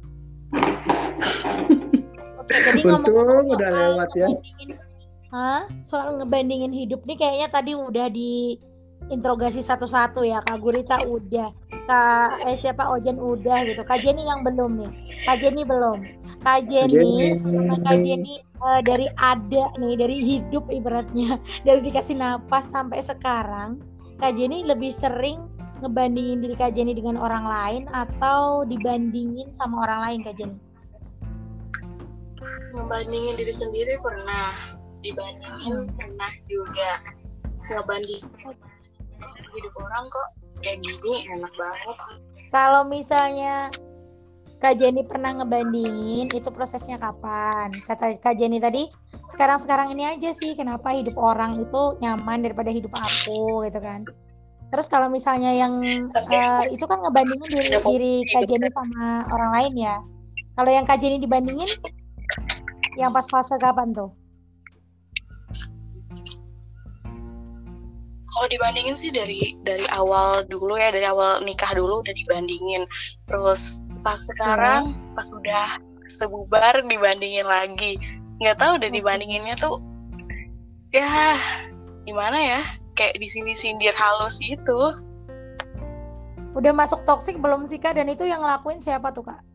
Oke, jadi Untung ngomong-ngomong udah soal lewat ya. ngebandingin, Hah? Soal ngebandingin hidup nih kayaknya tadi udah diinterogasi satu-satu ya. Kak Gurita udah, Kak eh, siapa Ojen udah gitu. Kak Jenny yang belum nih. Kak Jenny belum. Kak Jenny sama Kak Jenny eh, dari ada nih, dari hidup ibaratnya, dari dikasih napas sampai sekarang, Kak Jenny lebih sering ngebandingin diri Kak Jenny dengan orang lain atau dibandingin sama orang lain Kak Jenny? Ngebandingin diri sendiri pernah, dibandingin pernah juga. Ngebanding hidup orang kok kayak gini enak banget. Kalau misalnya Kak Jenny pernah ngebandingin, itu prosesnya kapan? Kata Kak Jenny tadi, sekarang-sekarang ini aja sih, kenapa hidup orang itu nyaman daripada hidup aku gitu kan. Terus kalau misalnya yang uh, itu kan ngebandingin diri, diri Kak Jenny sama orang lain ya. Kalau yang Kak Jenny dibandingin, yang pas fase kapan tuh? Kalau dibandingin sih dari dari awal dulu ya, dari awal nikah dulu udah dibandingin. Terus pas sekarang hmm. pas udah sebubar dibandingin lagi. Nggak tahu udah dibandinginnya tuh ya gimana ya? Kayak di sini sindir halus gitu. Udah masuk toksik belum sih Kak? Dan itu yang ngelakuin siapa tuh Kak?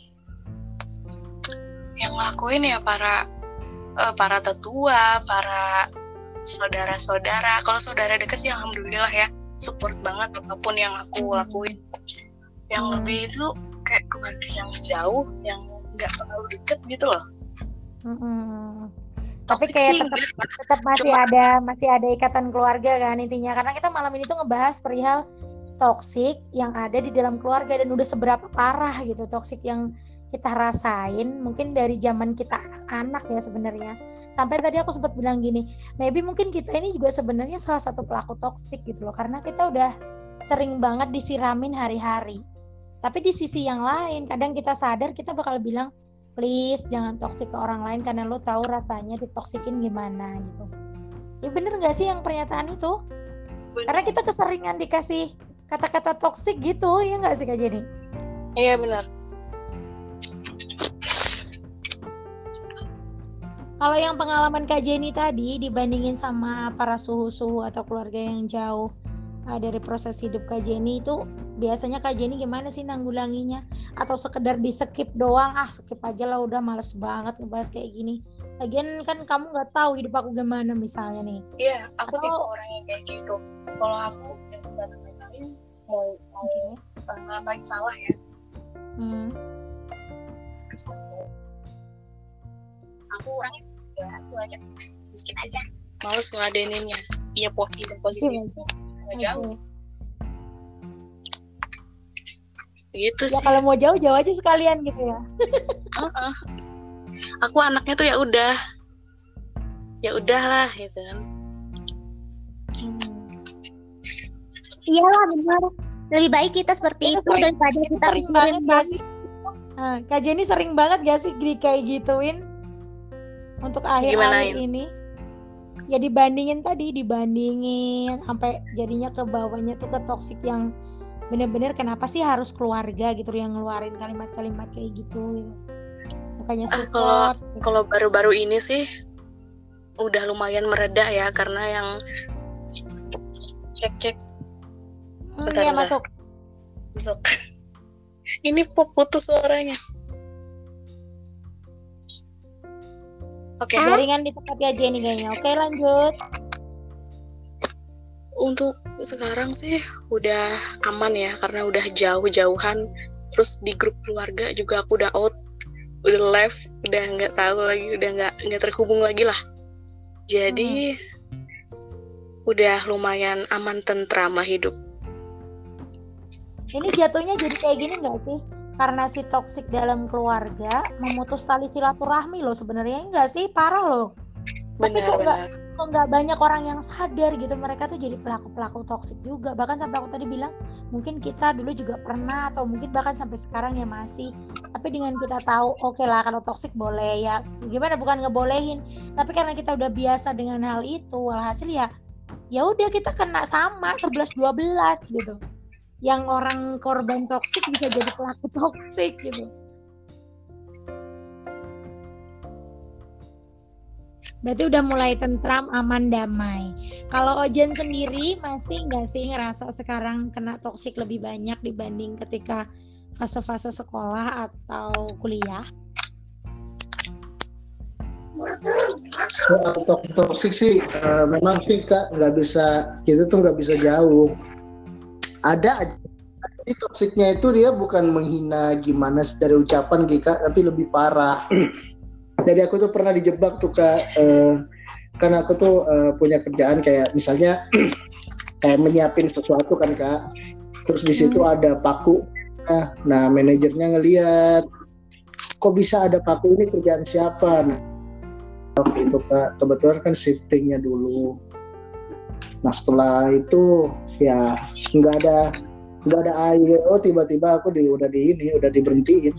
Yang ngelakuin ya para uh, para tetua, para saudara-saudara. Kalau saudara dekat sih alhamdulillah ya, support banget apapun yang aku lakuin. Yang hmm. lebih itu kayak keluarga yang jauh, yang nggak terlalu deket gitu loh. Hmm. Tapi kayak tetap, tetap masih Cuma, ada masih ada ikatan keluarga kan intinya, karena kita malam ini tuh ngebahas perihal toksik yang ada di dalam keluarga dan udah seberapa parah gitu toksik yang kita rasain mungkin dari zaman kita anak-anak ya sebenarnya. Sampai tadi aku sempat bilang gini, maybe mungkin kita ini juga sebenarnya salah satu pelaku toksik gitu loh, karena kita udah sering banget disiramin hari-hari. Tapi di sisi yang lain kadang kita sadar kita bakal bilang, please jangan toksik ke orang lain karena lo tahu rasanya ditoksikin gimana gitu. Ya bener gak sih yang pernyataan itu? Karena kita keseringan dikasih kata-kata toksik gitu, ya gak sih Kak Jenny? Iya benar. Kalau yang pengalaman Kak Jenny tadi dibandingin sama para suhu-suhu atau keluarga yang jauh uh, dari proses hidup Kak Jenny itu biasanya Kak Jenny gimana sih nanggulanginya? Atau sekedar di skip doang, ah skip aja lah udah males banget ngebahas kayak gini. Lagian kan kamu nggak tahu hidup aku gimana misalnya nih. Iya, aku Atau... tipe orang yang kayak gitu. Kalau aku yang lain mau mau okay. ngapain salah ya. Hmm. Aku orangnya ya aku aja miskin aja. Males ngeladeninnya. Iya po di posisi itu nggak jauh. Gitu ya sih. Kalau mau jauh jauh aja sekalian gitu ya. uh-uh. Aku anaknya tuh ya udah ya udahlah gitu kan. hmm. Iyalah benar, lebih baik kita seperti itu, itu sering, daripada itu kita sering banget gak sih nah, Kak Jenny sering banget gak sih kayak gituin untuk akhir-akhir ini ya, dibandingin tadi dibandingin sampai jadinya ke bawahnya tuh ke toksik yang bener-bener kenapa sih harus keluarga gitu yang ngeluarin kalimat-kalimat kayak gitu, gitu. Makanya support. Uh, kalau baru-baru ini sih udah lumayan mereda ya karena yang cek-cek. Hmm, iya masuk. Sok. Ini pop putus suaranya. Oke. Okay. Jaringan di tempat ya Jenny kayaknya. Oke, lanjut. Untuk sekarang sih udah aman ya, karena udah jauh-jauhan. Terus di grup keluarga juga aku udah out, udah left, udah nggak tahu lagi, udah nggak nggak terhubung lagi lah. Jadi hmm. udah lumayan aman, tentram lah hidup. Ini jatuhnya jadi kayak gini nggak sih? Karena si toksik dalam keluarga memutus tali silaturahmi loh sebenarnya, enggak sih? Parah loh. Tapi kok nggak kok nggak banyak orang yang sadar gitu, mereka tuh jadi pelaku-pelaku toksik juga. Bahkan sampai aku tadi bilang mungkin kita dulu juga pernah, atau mungkin bahkan sampai sekarang ya masih. Tapi dengan kita tahu oke okay lah kalau toksik boleh ya, gimana bukan ngebolehin, tapi karena kita udah biasa dengan hal itu, walhasil ya ya udah kita kena sama sebelas dua belas gitu. Yang orang korban toksik bisa jadi pelaku toksik gitu. Berarti udah mulai tentram, aman, damai. Kalau Ojan sendiri masih nggak sih ngerasa sekarang kena toksik lebih banyak dibanding ketika fase-fase sekolah atau kuliah? Soal toksik sih uh, memang sih Kak nggak bisa, kita tuh nggak bisa jauh. Ada, tapi toksiknya itu dia bukan menghina gimana secara ucapan Kak, tapi lebih parah. Jadi aku tuh pernah dijebak tuh Kak, eh, kan aku tuh eh, punya kerjaan kayak misalnya kayak menyiapin sesuatu kan Kak, terus di situ hmm. ada paku, nah, nah manajernya ngelihat kok bisa ada paku, ini kerjaan siapa? Nah, waktu itu Kak kebetulan kan shiftingnya dulu. Nah setelah itu ya nggak ada nggak ada A I W O, tiba-tiba aku di udah di ini udah diberhentiin.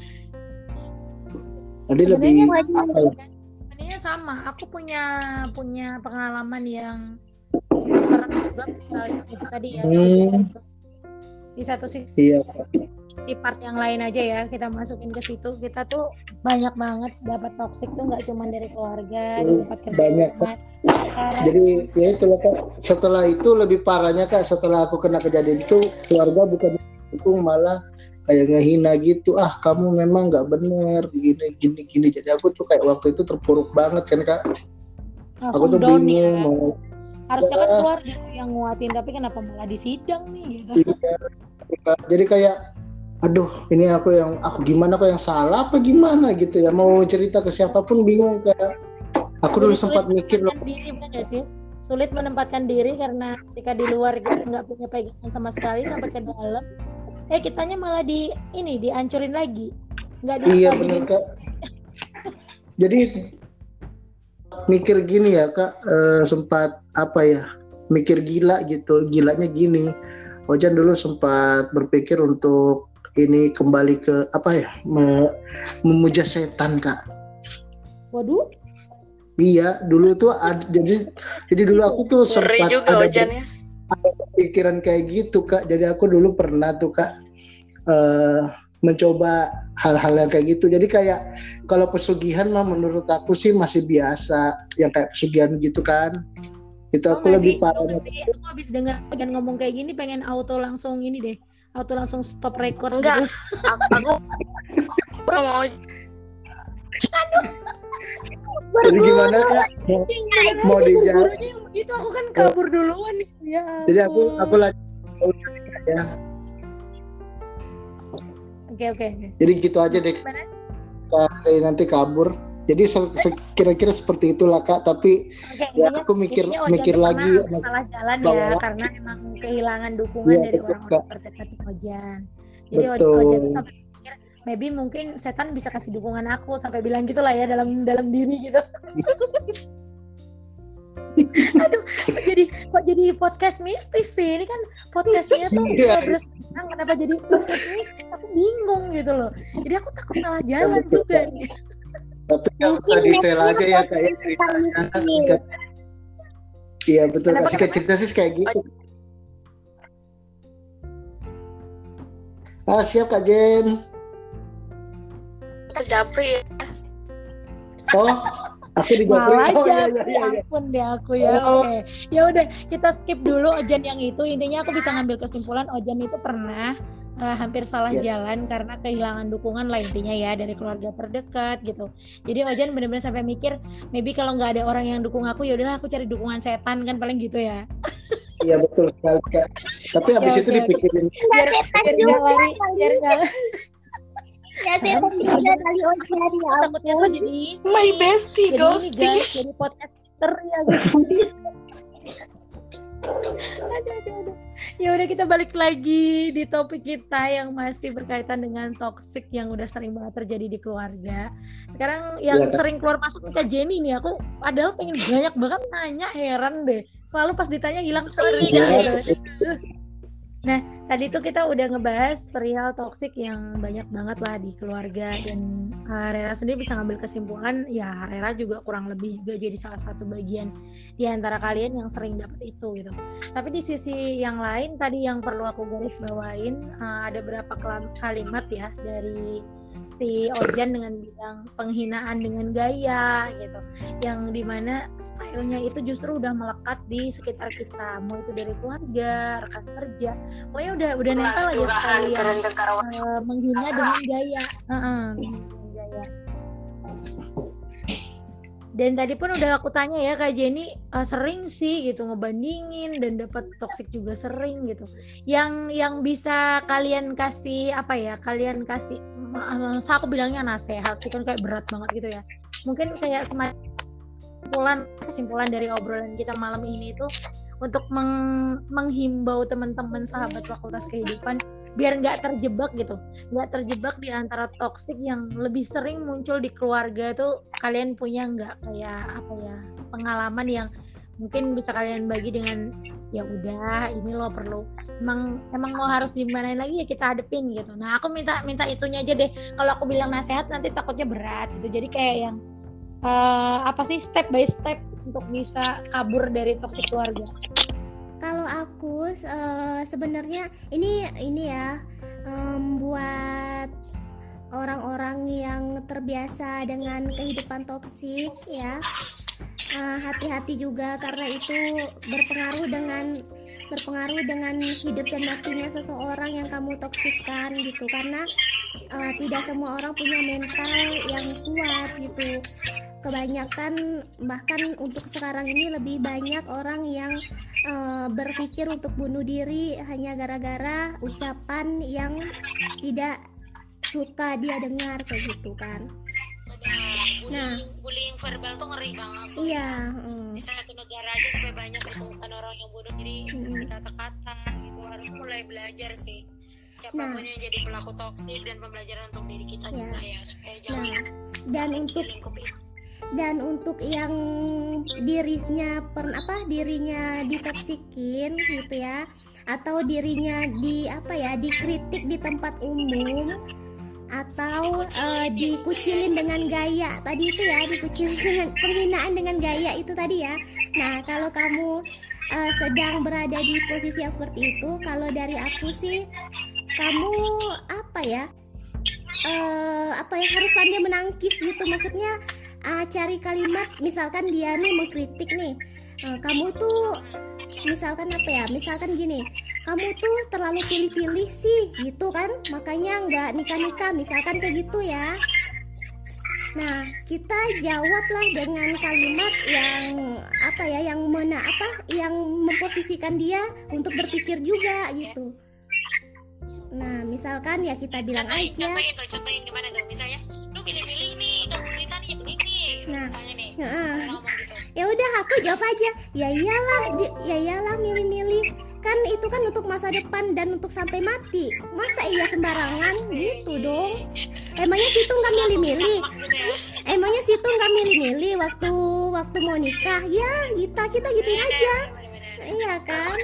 Jadi lebih sebenarnya sama, aku punya punya pengalaman yang cukup serem juga misalnya itu tadi ya. Hmm. Di satu sisi iya. Di part yang lain aja ya kita masukin ke situ, kita tuh banyak banget dapat toksik tuh nggak cuma dari keluarga, di tempat kerja banyak mas. Jadi ya itu loh Kak, setelah itu lebih parahnya Kak, setelah aku kena kejadian itu keluarga bukan itu malah kayak ngehina gitu, ah kamu memang nggak bener gini gini gini. Jadi aku tuh kayak waktu itu terpuruk banget kan Kak. Langsung aku tuh bingung ya. Mau harusnya kan keluarga yang nguatin, tapi kenapa malah di sidang nih gitu. Iya. Jadi kayak aduh ini aku yang aku gimana, aku yang salah apa gimana gitu ya, mau cerita ke siapapun bingung Kak. Aku jadi dulu sempat mikir loh. Diri, bener sih? Sulit menempatkan diri karena ketika di luar kita nggak punya pegangan sama sekali, sampai ke dalam eh kitanya malah di ini dihancurin lagi, nggak di iya benar Kak. Jadi mikir gini ya Kak, eh, sempat apa ya mikir gila gitu, gilanya gini, Ojan dulu sempat berpikir untuk ini kembali ke apa ya me, memuja setan Kak. Waduh. Iya dulu tuh ad, jadi jadi dulu aku tuh sempat juga ada, Ojan ya. ada pikiran kayak gitu Kak. Jadi aku dulu pernah tuh Kak uh, mencoba hal-hal yang kayak gitu. Jadi kayak kalau pesugihan mah menurut aku sih masih biasa, yang kayak pesugihan gitu kan. Itu aku oh, lebih parah. Aku habis dengar Ojan ngomong kayak gini pengen auto langsung ini deh, auto langsung stop record. Enggak, gitu. aku aku mau. Aduh. Jadi gimana Kak? Mau, mau dijawab? Itu aku kan kabur duluan nih. Ya. Jadi aku aku lanjut ya. Oke oke. Jadi gitu aja deh. Kayak nanti kabur. Jadi se- se- kira-kira seperti itulah Kak. Tapi okay, ya aku mikir mikir lagi. Salah jalan ya, karena emang kehilangan dukungan ya, dari betul, orang-orang terdekat Ojan. Jadi Ojan tuh sampai mikir, maybe mungkin setan bisa kasih dukungan aku, sampai bilang gitulah ya dalam dalam diri gitu. Aduh, kok jadi kok jadi podcast mistis sih? Ini kan podcastnya tuh beres sekarang, kenapa jadi podcast mistis? Aku bingung gitu loh. Jadi aku takut salah jalan ya, juga nih. Tapi nggak usah detail aja ya kayak ceritanya. Iya betul, kasih ke cerita sih kayak gitu. Ah siap Kak Jen. Japri ya. Oh, aku di Japri. Oh iya iya iya. Ampun deh aku ya. Oh. Oke. Okay. Ya udah, kita skip dulu Ojan yang itu. Intinya aku bisa ngambil kesimpulan Ojan itu pernah uh, hampir salah Ya. jalan karena kehilangan dukungan lah intinya ya dari keluarga terdekat gitu. Jadi Ojan benar-benar sampai mikir, maybe kalau nggak ada orang yang dukung aku, ya udahlah aku cari dukungan setan kan paling gitu ya. Iya betul sekali Kak. Tapi habis Oke, itu oke, oke. dipikirin Biar biar nggak lari, biar nggak Ya saya juga dari Ojan ya takutnya tuh jadi My bestie jadi ini ghosting. guys, jadi podcaster ya guys. Aduh, aduh, aduh. Ya udah kita balik lagi di topik kita yang masih berkaitan dengan toxic yang udah sering banget terjadi di keluarga. Sekarang yang Iya, Kak. sering keluar masuk ke Jenny nih, aku padahal pengen banyak banget nanya, heran deh. Selalu pas ditanya hilang sendiri Yes. gitu. Nah, tadi tuh kita udah ngebahas perihal toksik yang banyak banget lah di keluarga, dan uh, Rera sendiri bisa ngambil kesimpulan ya Rera juga kurang lebih juga jadi salah satu bagian di antara kalian yang sering dapet itu gitu. Tapi di sisi yang lain tadi yang perlu aku garis bawain, uh, ada beberapa kelam- kalimat ya dari si Ojan dengan bilang penghinaan dengan gaya gitu, yang dimana stylenya itu justru udah melekat di sekitar kita, mau itu dari keluarga, rekan kerja, pokoknya udah udah nempel aja style yang uh, menghina dengan gaya, uh-uh, dengan gaya. Dan tadi pun udah aku tanya ya Kak Jenny, uh, sering sih gitu ngebandingin dan dapat toksik juga sering gitu. Yang yang bisa kalian kasih apa ya? Kalian kasih, uh, aku bilangnya nasihat, itu kan kayak berat banget gitu ya. Mungkin kayak semacam kesimpulan kesimpulan dari obrolan kita malam ini itu untuk meng- menghimbau teman-teman sahabat Fakultas Kehidupan biar nggak terjebak gitu, nggak terjebak di antara toksik yang lebih sering muncul di keluarga tuh. Kalian punya nggak kayak apa ya pengalaman yang mungkin bisa kalian bagi dengan ya udah ini lo perlu emang emang mau harus dimanain lagi ya kita hadepin gitu. Nah aku minta minta itunya aja deh. Kalau aku bilang nasihat nanti takutnya berat gitu. Jadi kayak yang uh, apa sih step by step untuk bisa kabur dari toksik keluarga. Kalau aku uh, sebenarnya ini ini ya um, buat orang-orang yang terbiasa dengan kehidupan toksik ya, uh, hati-hati juga karena itu berpengaruh dengan berpengaruh dengan hidup dan matinya seseorang yang kamu toksikkan gitu, karena uh, tidak semua orang punya mental yang kuat gitu. Kebanyakan bahkan untuk sekarang ini lebih banyak orang yang uh, berpikir untuk bunuh diri hanya gara-gara ucapan yang tidak suka dia dengar kayak gitu kan. Bullying, Nah. bullying verbal tuh ngeri banget. Iya, mm. Di satu negara aja sampai banyak ditemukan orang yang bunuh diri Mm. kata-kata gitu. Harus mulai belajar sih. Siapapun Nah. yang jadi pelaku toksik dan pembelajaran untuk diri kita Ya. juga ya supaya jangan Nah, dan sampai untuk di lingkup itu. dan untuk yang dirinya per apa dirinya ditoksikin gitu ya, atau dirinya di apa ya dikritik di tempat umum atau uh, dikucilin dengan gaya tadi itu ya, dikucilin dengan penghinaan dengan gaya itu tadi ya. Nah kalau kamu uh, sedang berada di posisi yang seperti itu, kalau dari aku sih kamu apa ya uh, apa ya harus pandai menangkis gitu, maksudnya uh, cari kalimat, misalkan dia nih mengkritik nih, uh, kamu tuh misalkan apa ya misalkan gini, kamu tuh terlalu pilih-pilih sih gitu kan, makanya nggak nikah-nikah misalkan kayak gitu ya. Nah kita jawablah dengan kalimat yang apa ya yang mana apa yang memposisikan dia untuk berpikir juga gitu. Nah misalkan ya kita bilang Contohin, aja, contohin tuh, contohin gimana tuh, misalnya lu pilih-pilih nih, udah berita nih begini, Nah. misalnya nih, Heeh. orang ngomong gitu. ya udah aku jawab aja, ya iyalah di- ya iyalah milih-milih kan itu kan untuk masa depan dan untuk sampai mati, masa iya sembarangan gitu dong. Emangnya situ nggak milih-milih, Gitu ya. emangnya situ nggak milih-milih waktu waktu mau nikah ya, kita kita gituin aja, Bener-bener. iya kan.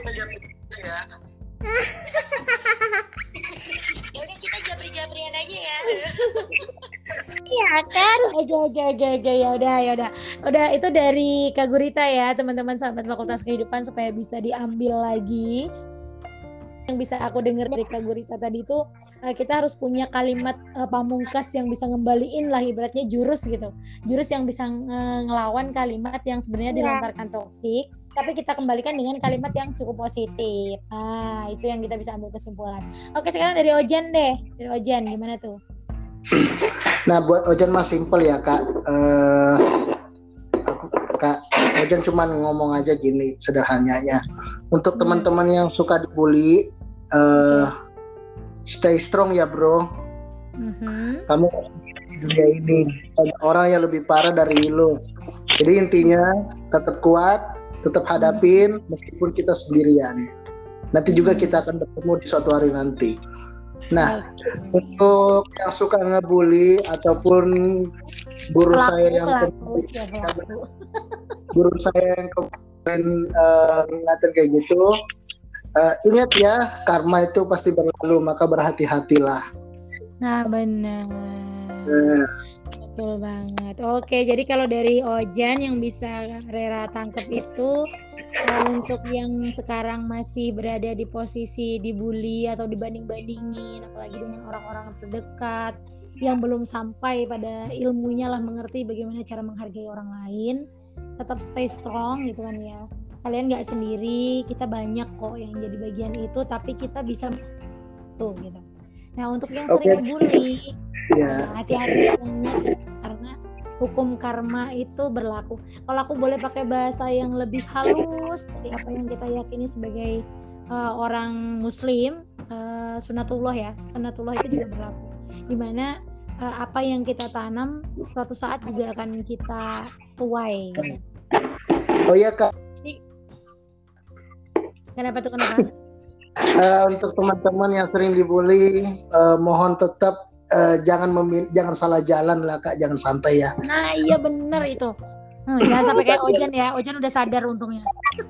Ya udah kita jabri-jabrian aja ya. Iya kan. Oke oke oke oke ya udah ya udah udah itu dari Kak Gurita ya teman-teman sahabat Fakultas Kehidupan, supaya bisa diambil lagi. Yang bisa aku dengar dari Kak Gurita tadi itu eh, kita harus punya kalimat eh, pamungkas yang bisa ngembaliin lah, ibaratnya jurus gitu, jurus yang bisa nge- ngelawan kalimat yang sebenarnya Iya. dilontarkan toksik tapi kita kembalikan dengan kalimat yang cukup positif. Nah, itu yang kita bisa ambil kesimpulan. Oke, sekarang dari Ojan deh. Dari Ojan, gimana tuh? Nah, buat Ojan mah simple ya, Kak. Eh, Kak, Ojan cuma ngomong aja gini sederhananya. Untuk Hmm. teman-teman yang suka dibully, eh, stay strong ya, bro. Mhm. Kamu di dunia ini ada orang yang lebih parah dari lo. Jadi intinya tetap kuat, tetap hadapin meskipun kita sendirian. Nanti juga kita akan bertemu di suatu hari nanti. Nah, untuk yang suka ngebully ataupun guru Pelaku, saya yang pelaku, ya, pelaku. guru saya yang kemarin uh, ngatain kayak gitu, uh, ingat ya, karma itu pasti berlalu, maka berhati-hatilah. Nah, benar. Uh, Betul banget. Oke, jadi kalau dari Ojan yang bisa Rera tangkap itu, uh, untuk yang sekarang masih berada di posisi dibully atau dibanding-bandingin, apalagi dengan orang-orang terdekat yang belum sampai pada ilmunya lah mengerti bagaimana cara menghargai orang lain, tetap stay strong gitu kan ya. Kalian nggak sendiri, kita banyak kok yang jadi bagian itu, tapi kita bisa tuh gitu. Nah, untuk yang Oke. sering ngebully, ya. nah, hati-hati banget karena hukum karma itu berlaku. Kalau aku boleh pakai bahasa yang lebih halus dari apa yang kita yakini sebagai uh, orang Muslim, uh, sunatullah ya, sunatullah itu juga berlaku. Dimana uh, apa yang kita tanam suatu saat juga akan kita tuai. Gitu. Oh iya, Kak. Kenapa tuh kenapa? Uh, untuk teman-teman yang sering dibully, uh, mohon tetap uh, jangan memil- jangan salah jalan lah, Kak, jangan sampai ya. Nah, iya bener itu. Hmm, jangan sampai kayak Ojan ya. Ojan udah sadar untungnya.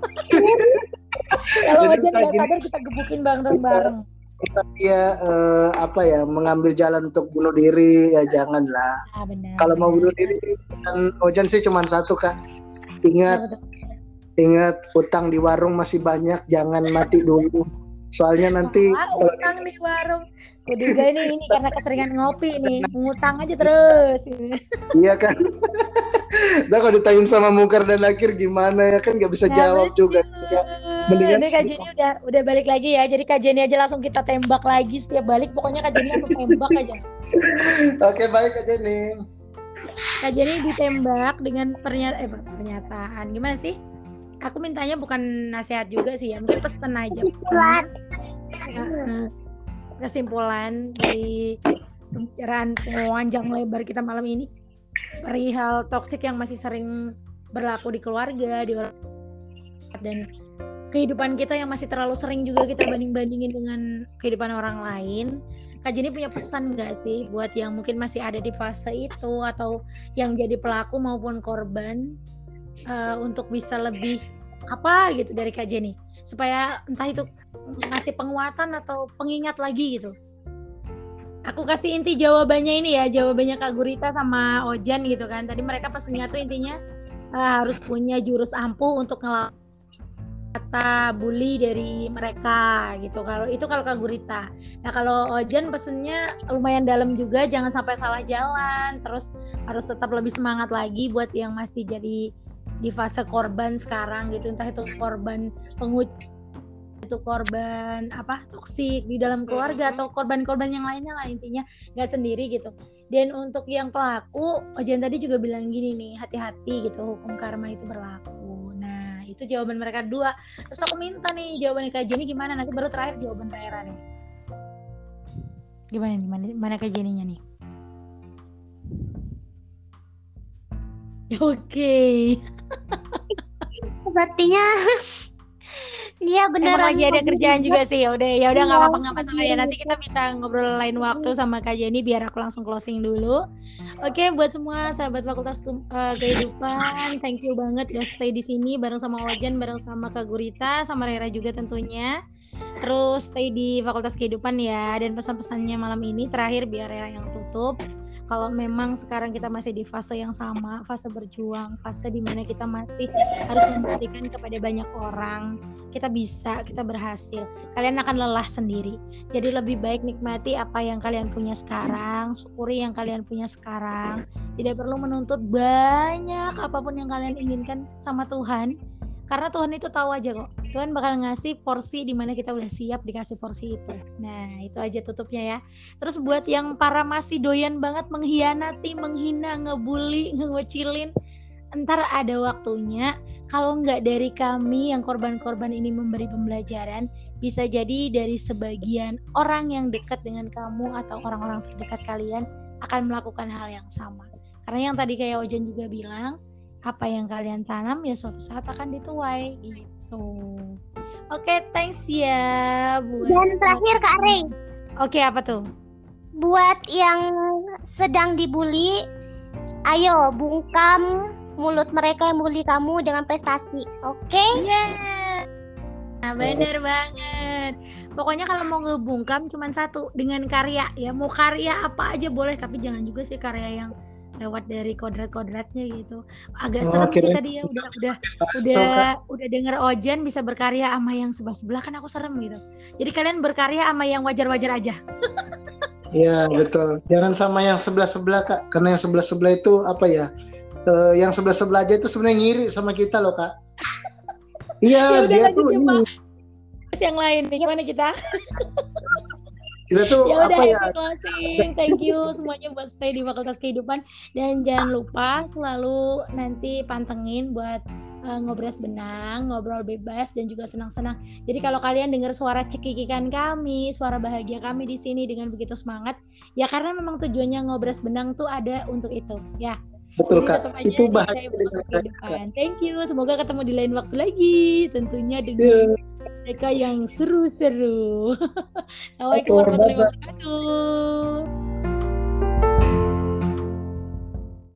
Kalau Jadi Ojan kayak udah gini. sadar, kita gebukin bareng-bareng. Kita ya uh, apa ya mengambil jalan untuk bunuh diri ya janganlah. Ah, benar. Kalau mau bunuh diri, dan Ojan sih cuma satu, Kak. Ingat, Betul, betul. ingat utang di warung masih banyak, jangan mati dulu. Soalnya nanti Ah, utang nih warung. Kuduga ini ini karena keseringan ngopi nih, ngutang aja terus. iya kan. Nah kalau ditanyain sama Mungkar dan Nakir gimana ya kan nggak bisa Nah, jawab juga. Ya, mendingan Ini Kak Jenny udah udah balik lagi ya. Jadi Kak Jenny aja langsung kita tembak lagi setiap balik. Pokoknya Kak Jenny langsung tembak aja. Oke baik aja nih. Kak Jenny ditembak dengan pernyata eh, pernyataan. Gimana sih? Aku mintanya bukan nasihat juga sih ya. Mungkin pesan aja. Pesan. Nah, kesimpulan dari pembicaraan panjang lebar kita malam ini perihal toksik yang masih sering berlaku di keluarga, di orang dan kehidupan kita yang masih terlalu sering juga kita banding-bandingin dengan kehidupan orang lain. Kak Jenny punya pesan nggak sih buat yang mungkin masih ada di fase itu atau yang jadi pelaku maupun korban uh, untuk bisa lebih apa gitu dari Kak Jenny supaya entah itu ngasih penguatan atau pengingat lagi gitu. Aku kasih inti jawabannya ini ya, jawabannya Kak Gurita sama Ojan gitu kan. Tadi mereka pesennya tuh intinya uh, harus punya jurus ampuh untuk ngelawan kata bully dari mereka gitu. Kalau itu kalau Kak Gurita. Nah kalau Ojan pesennya lumayan dalam juga, jangan sampai salah jalan. Terus harus tetap lebih semangat lagi buat yang masih jadi di fase korban sekarang gitu, entah itu korban pengut itu korban apa toksik di dalam keluarga atau korban-korban yang lainnya lah, intinya nggak sendiri gitu. Dan untuk yang pelaku, Ojan tadi juga bilang gini nih, hati-hati gitu, hukum karma itu berlaku. Nah itu jawaban mereka dua. Terus aku minta nih jawaban Kak Jenny gimana, nanti baru terakhir jawaban Rera nih. Gimana nih, mana, mana Kak Jenny-nya nih? Oke. Okay. Sepertinya dia beneran lagi ada kerjaan juga sih. Ya udah, ya udah nggak Iya. apa-apa, nggak masalah ya. Nanti kita bisa ngobrol lain waktu sama Kak Jenny biar aku langsung closing dulu. Oke, buat semua sahabat Fakultas uh, Kehidupan, thank you banget udah stay di sini bareng sama Ojan, bareng sama Kak Gurita, sama Rera juga tentunya. Terus stay di Fakultas Kehidupan ya. Dan pesan-pesannya malam ini terakhir biar Rera yang tutup. Kalau memang sekarang kita masih di fase yang sama, fase berjuang, fase dimana kita masih harus membuktikan kepada banyak orang, kita bisa, kita berhasil. Kalian akan lelah sendiri. Jadi lebih baik nikmati apa yang kalian punya sekarang, syukuri yang kalian punya sekarang. Tidak perlu menuntut banyak apapun yang kalian inginkan sama Tuhan. Karena Tuhan itu tahu aja kok. Tuhan bakal ngasih porsi di mana kita udah siap dikasih porsi itu. Nah, itu aja tutupnya ya. Terus buat yang para masih doyan banget mengkhianati, menghina, ngebully, ngewecilin, entar ada waktunya. Kalau nggak dari kami yang korban-korban ini memberi pembelajaran, bisa jadi dari sebagian orang yang dekat dengan kamu atau orang-orang terdekat kalian akan melakukan hal yang sama. Karena yang tadi kayak Ojan juga bilang, apa yang kalian tanam ya suatu saat akan dituai gitu. Oke, thanks ya buat. Dan terakhir Kak Rey. Oke, apa tuh? Buat yang sedang dibully, ayo bungkam mulut mereka yang bully kamu dengan prestasi. Oke? Yeah. Nah, bener banget. Pokoknya kalau mau ngebungkam cuma satu, dengan karya ya. Mau karya apa aja boleh, tapi jangan juga sih karya yang lewat dari kodrat-kodratnya gitu. Agak Oh, serem sih kirain- tadi ya, udah udah udah udah denger Ojan bisa berkarya sama yang sebelah-sebelah, kan aku serem gitu. Jadi kalian berkarya sama yang wajar-wajar aja. Iya betul. Jangan sama yang sebelah-sebelah Kak, karena yang sebelah-sebelah itu apa ya? Eh, yang sebelah-sebelah aja itu sebenarnya ngiri sama kita loh Kak. Ya Iya udah, dia lanjut tuh ya, ini. Pak. Terus yang lain nih gimana kita? Kita tuh Ya udah, apa ya? happy closing. Thank you semuanya buat stay di Fakultas Kehidupan, dan jangan lupa selalu nanti pantengin buat uh, ngobras benang, ngobrol bebas dan juga senang-senang. Jadi kalau kalian dengar suara cekikikan kami, suara bahagia kami di sini dengan begitu semangat, ya karena memang tujuannya ngobras benang tuh ada untuk itu, ya. Betul Jadi Kak. tetap aja Itu di bahagia Stay dengan Fakultas Kak. Kehidupan. Thank you. Semoga ketemu di lain waktu lagi, tentunya Iya. dengan mereka yang seru-seru. Assalamualaikum Oke, warahmatullahi bye-bye. wabarakatuh.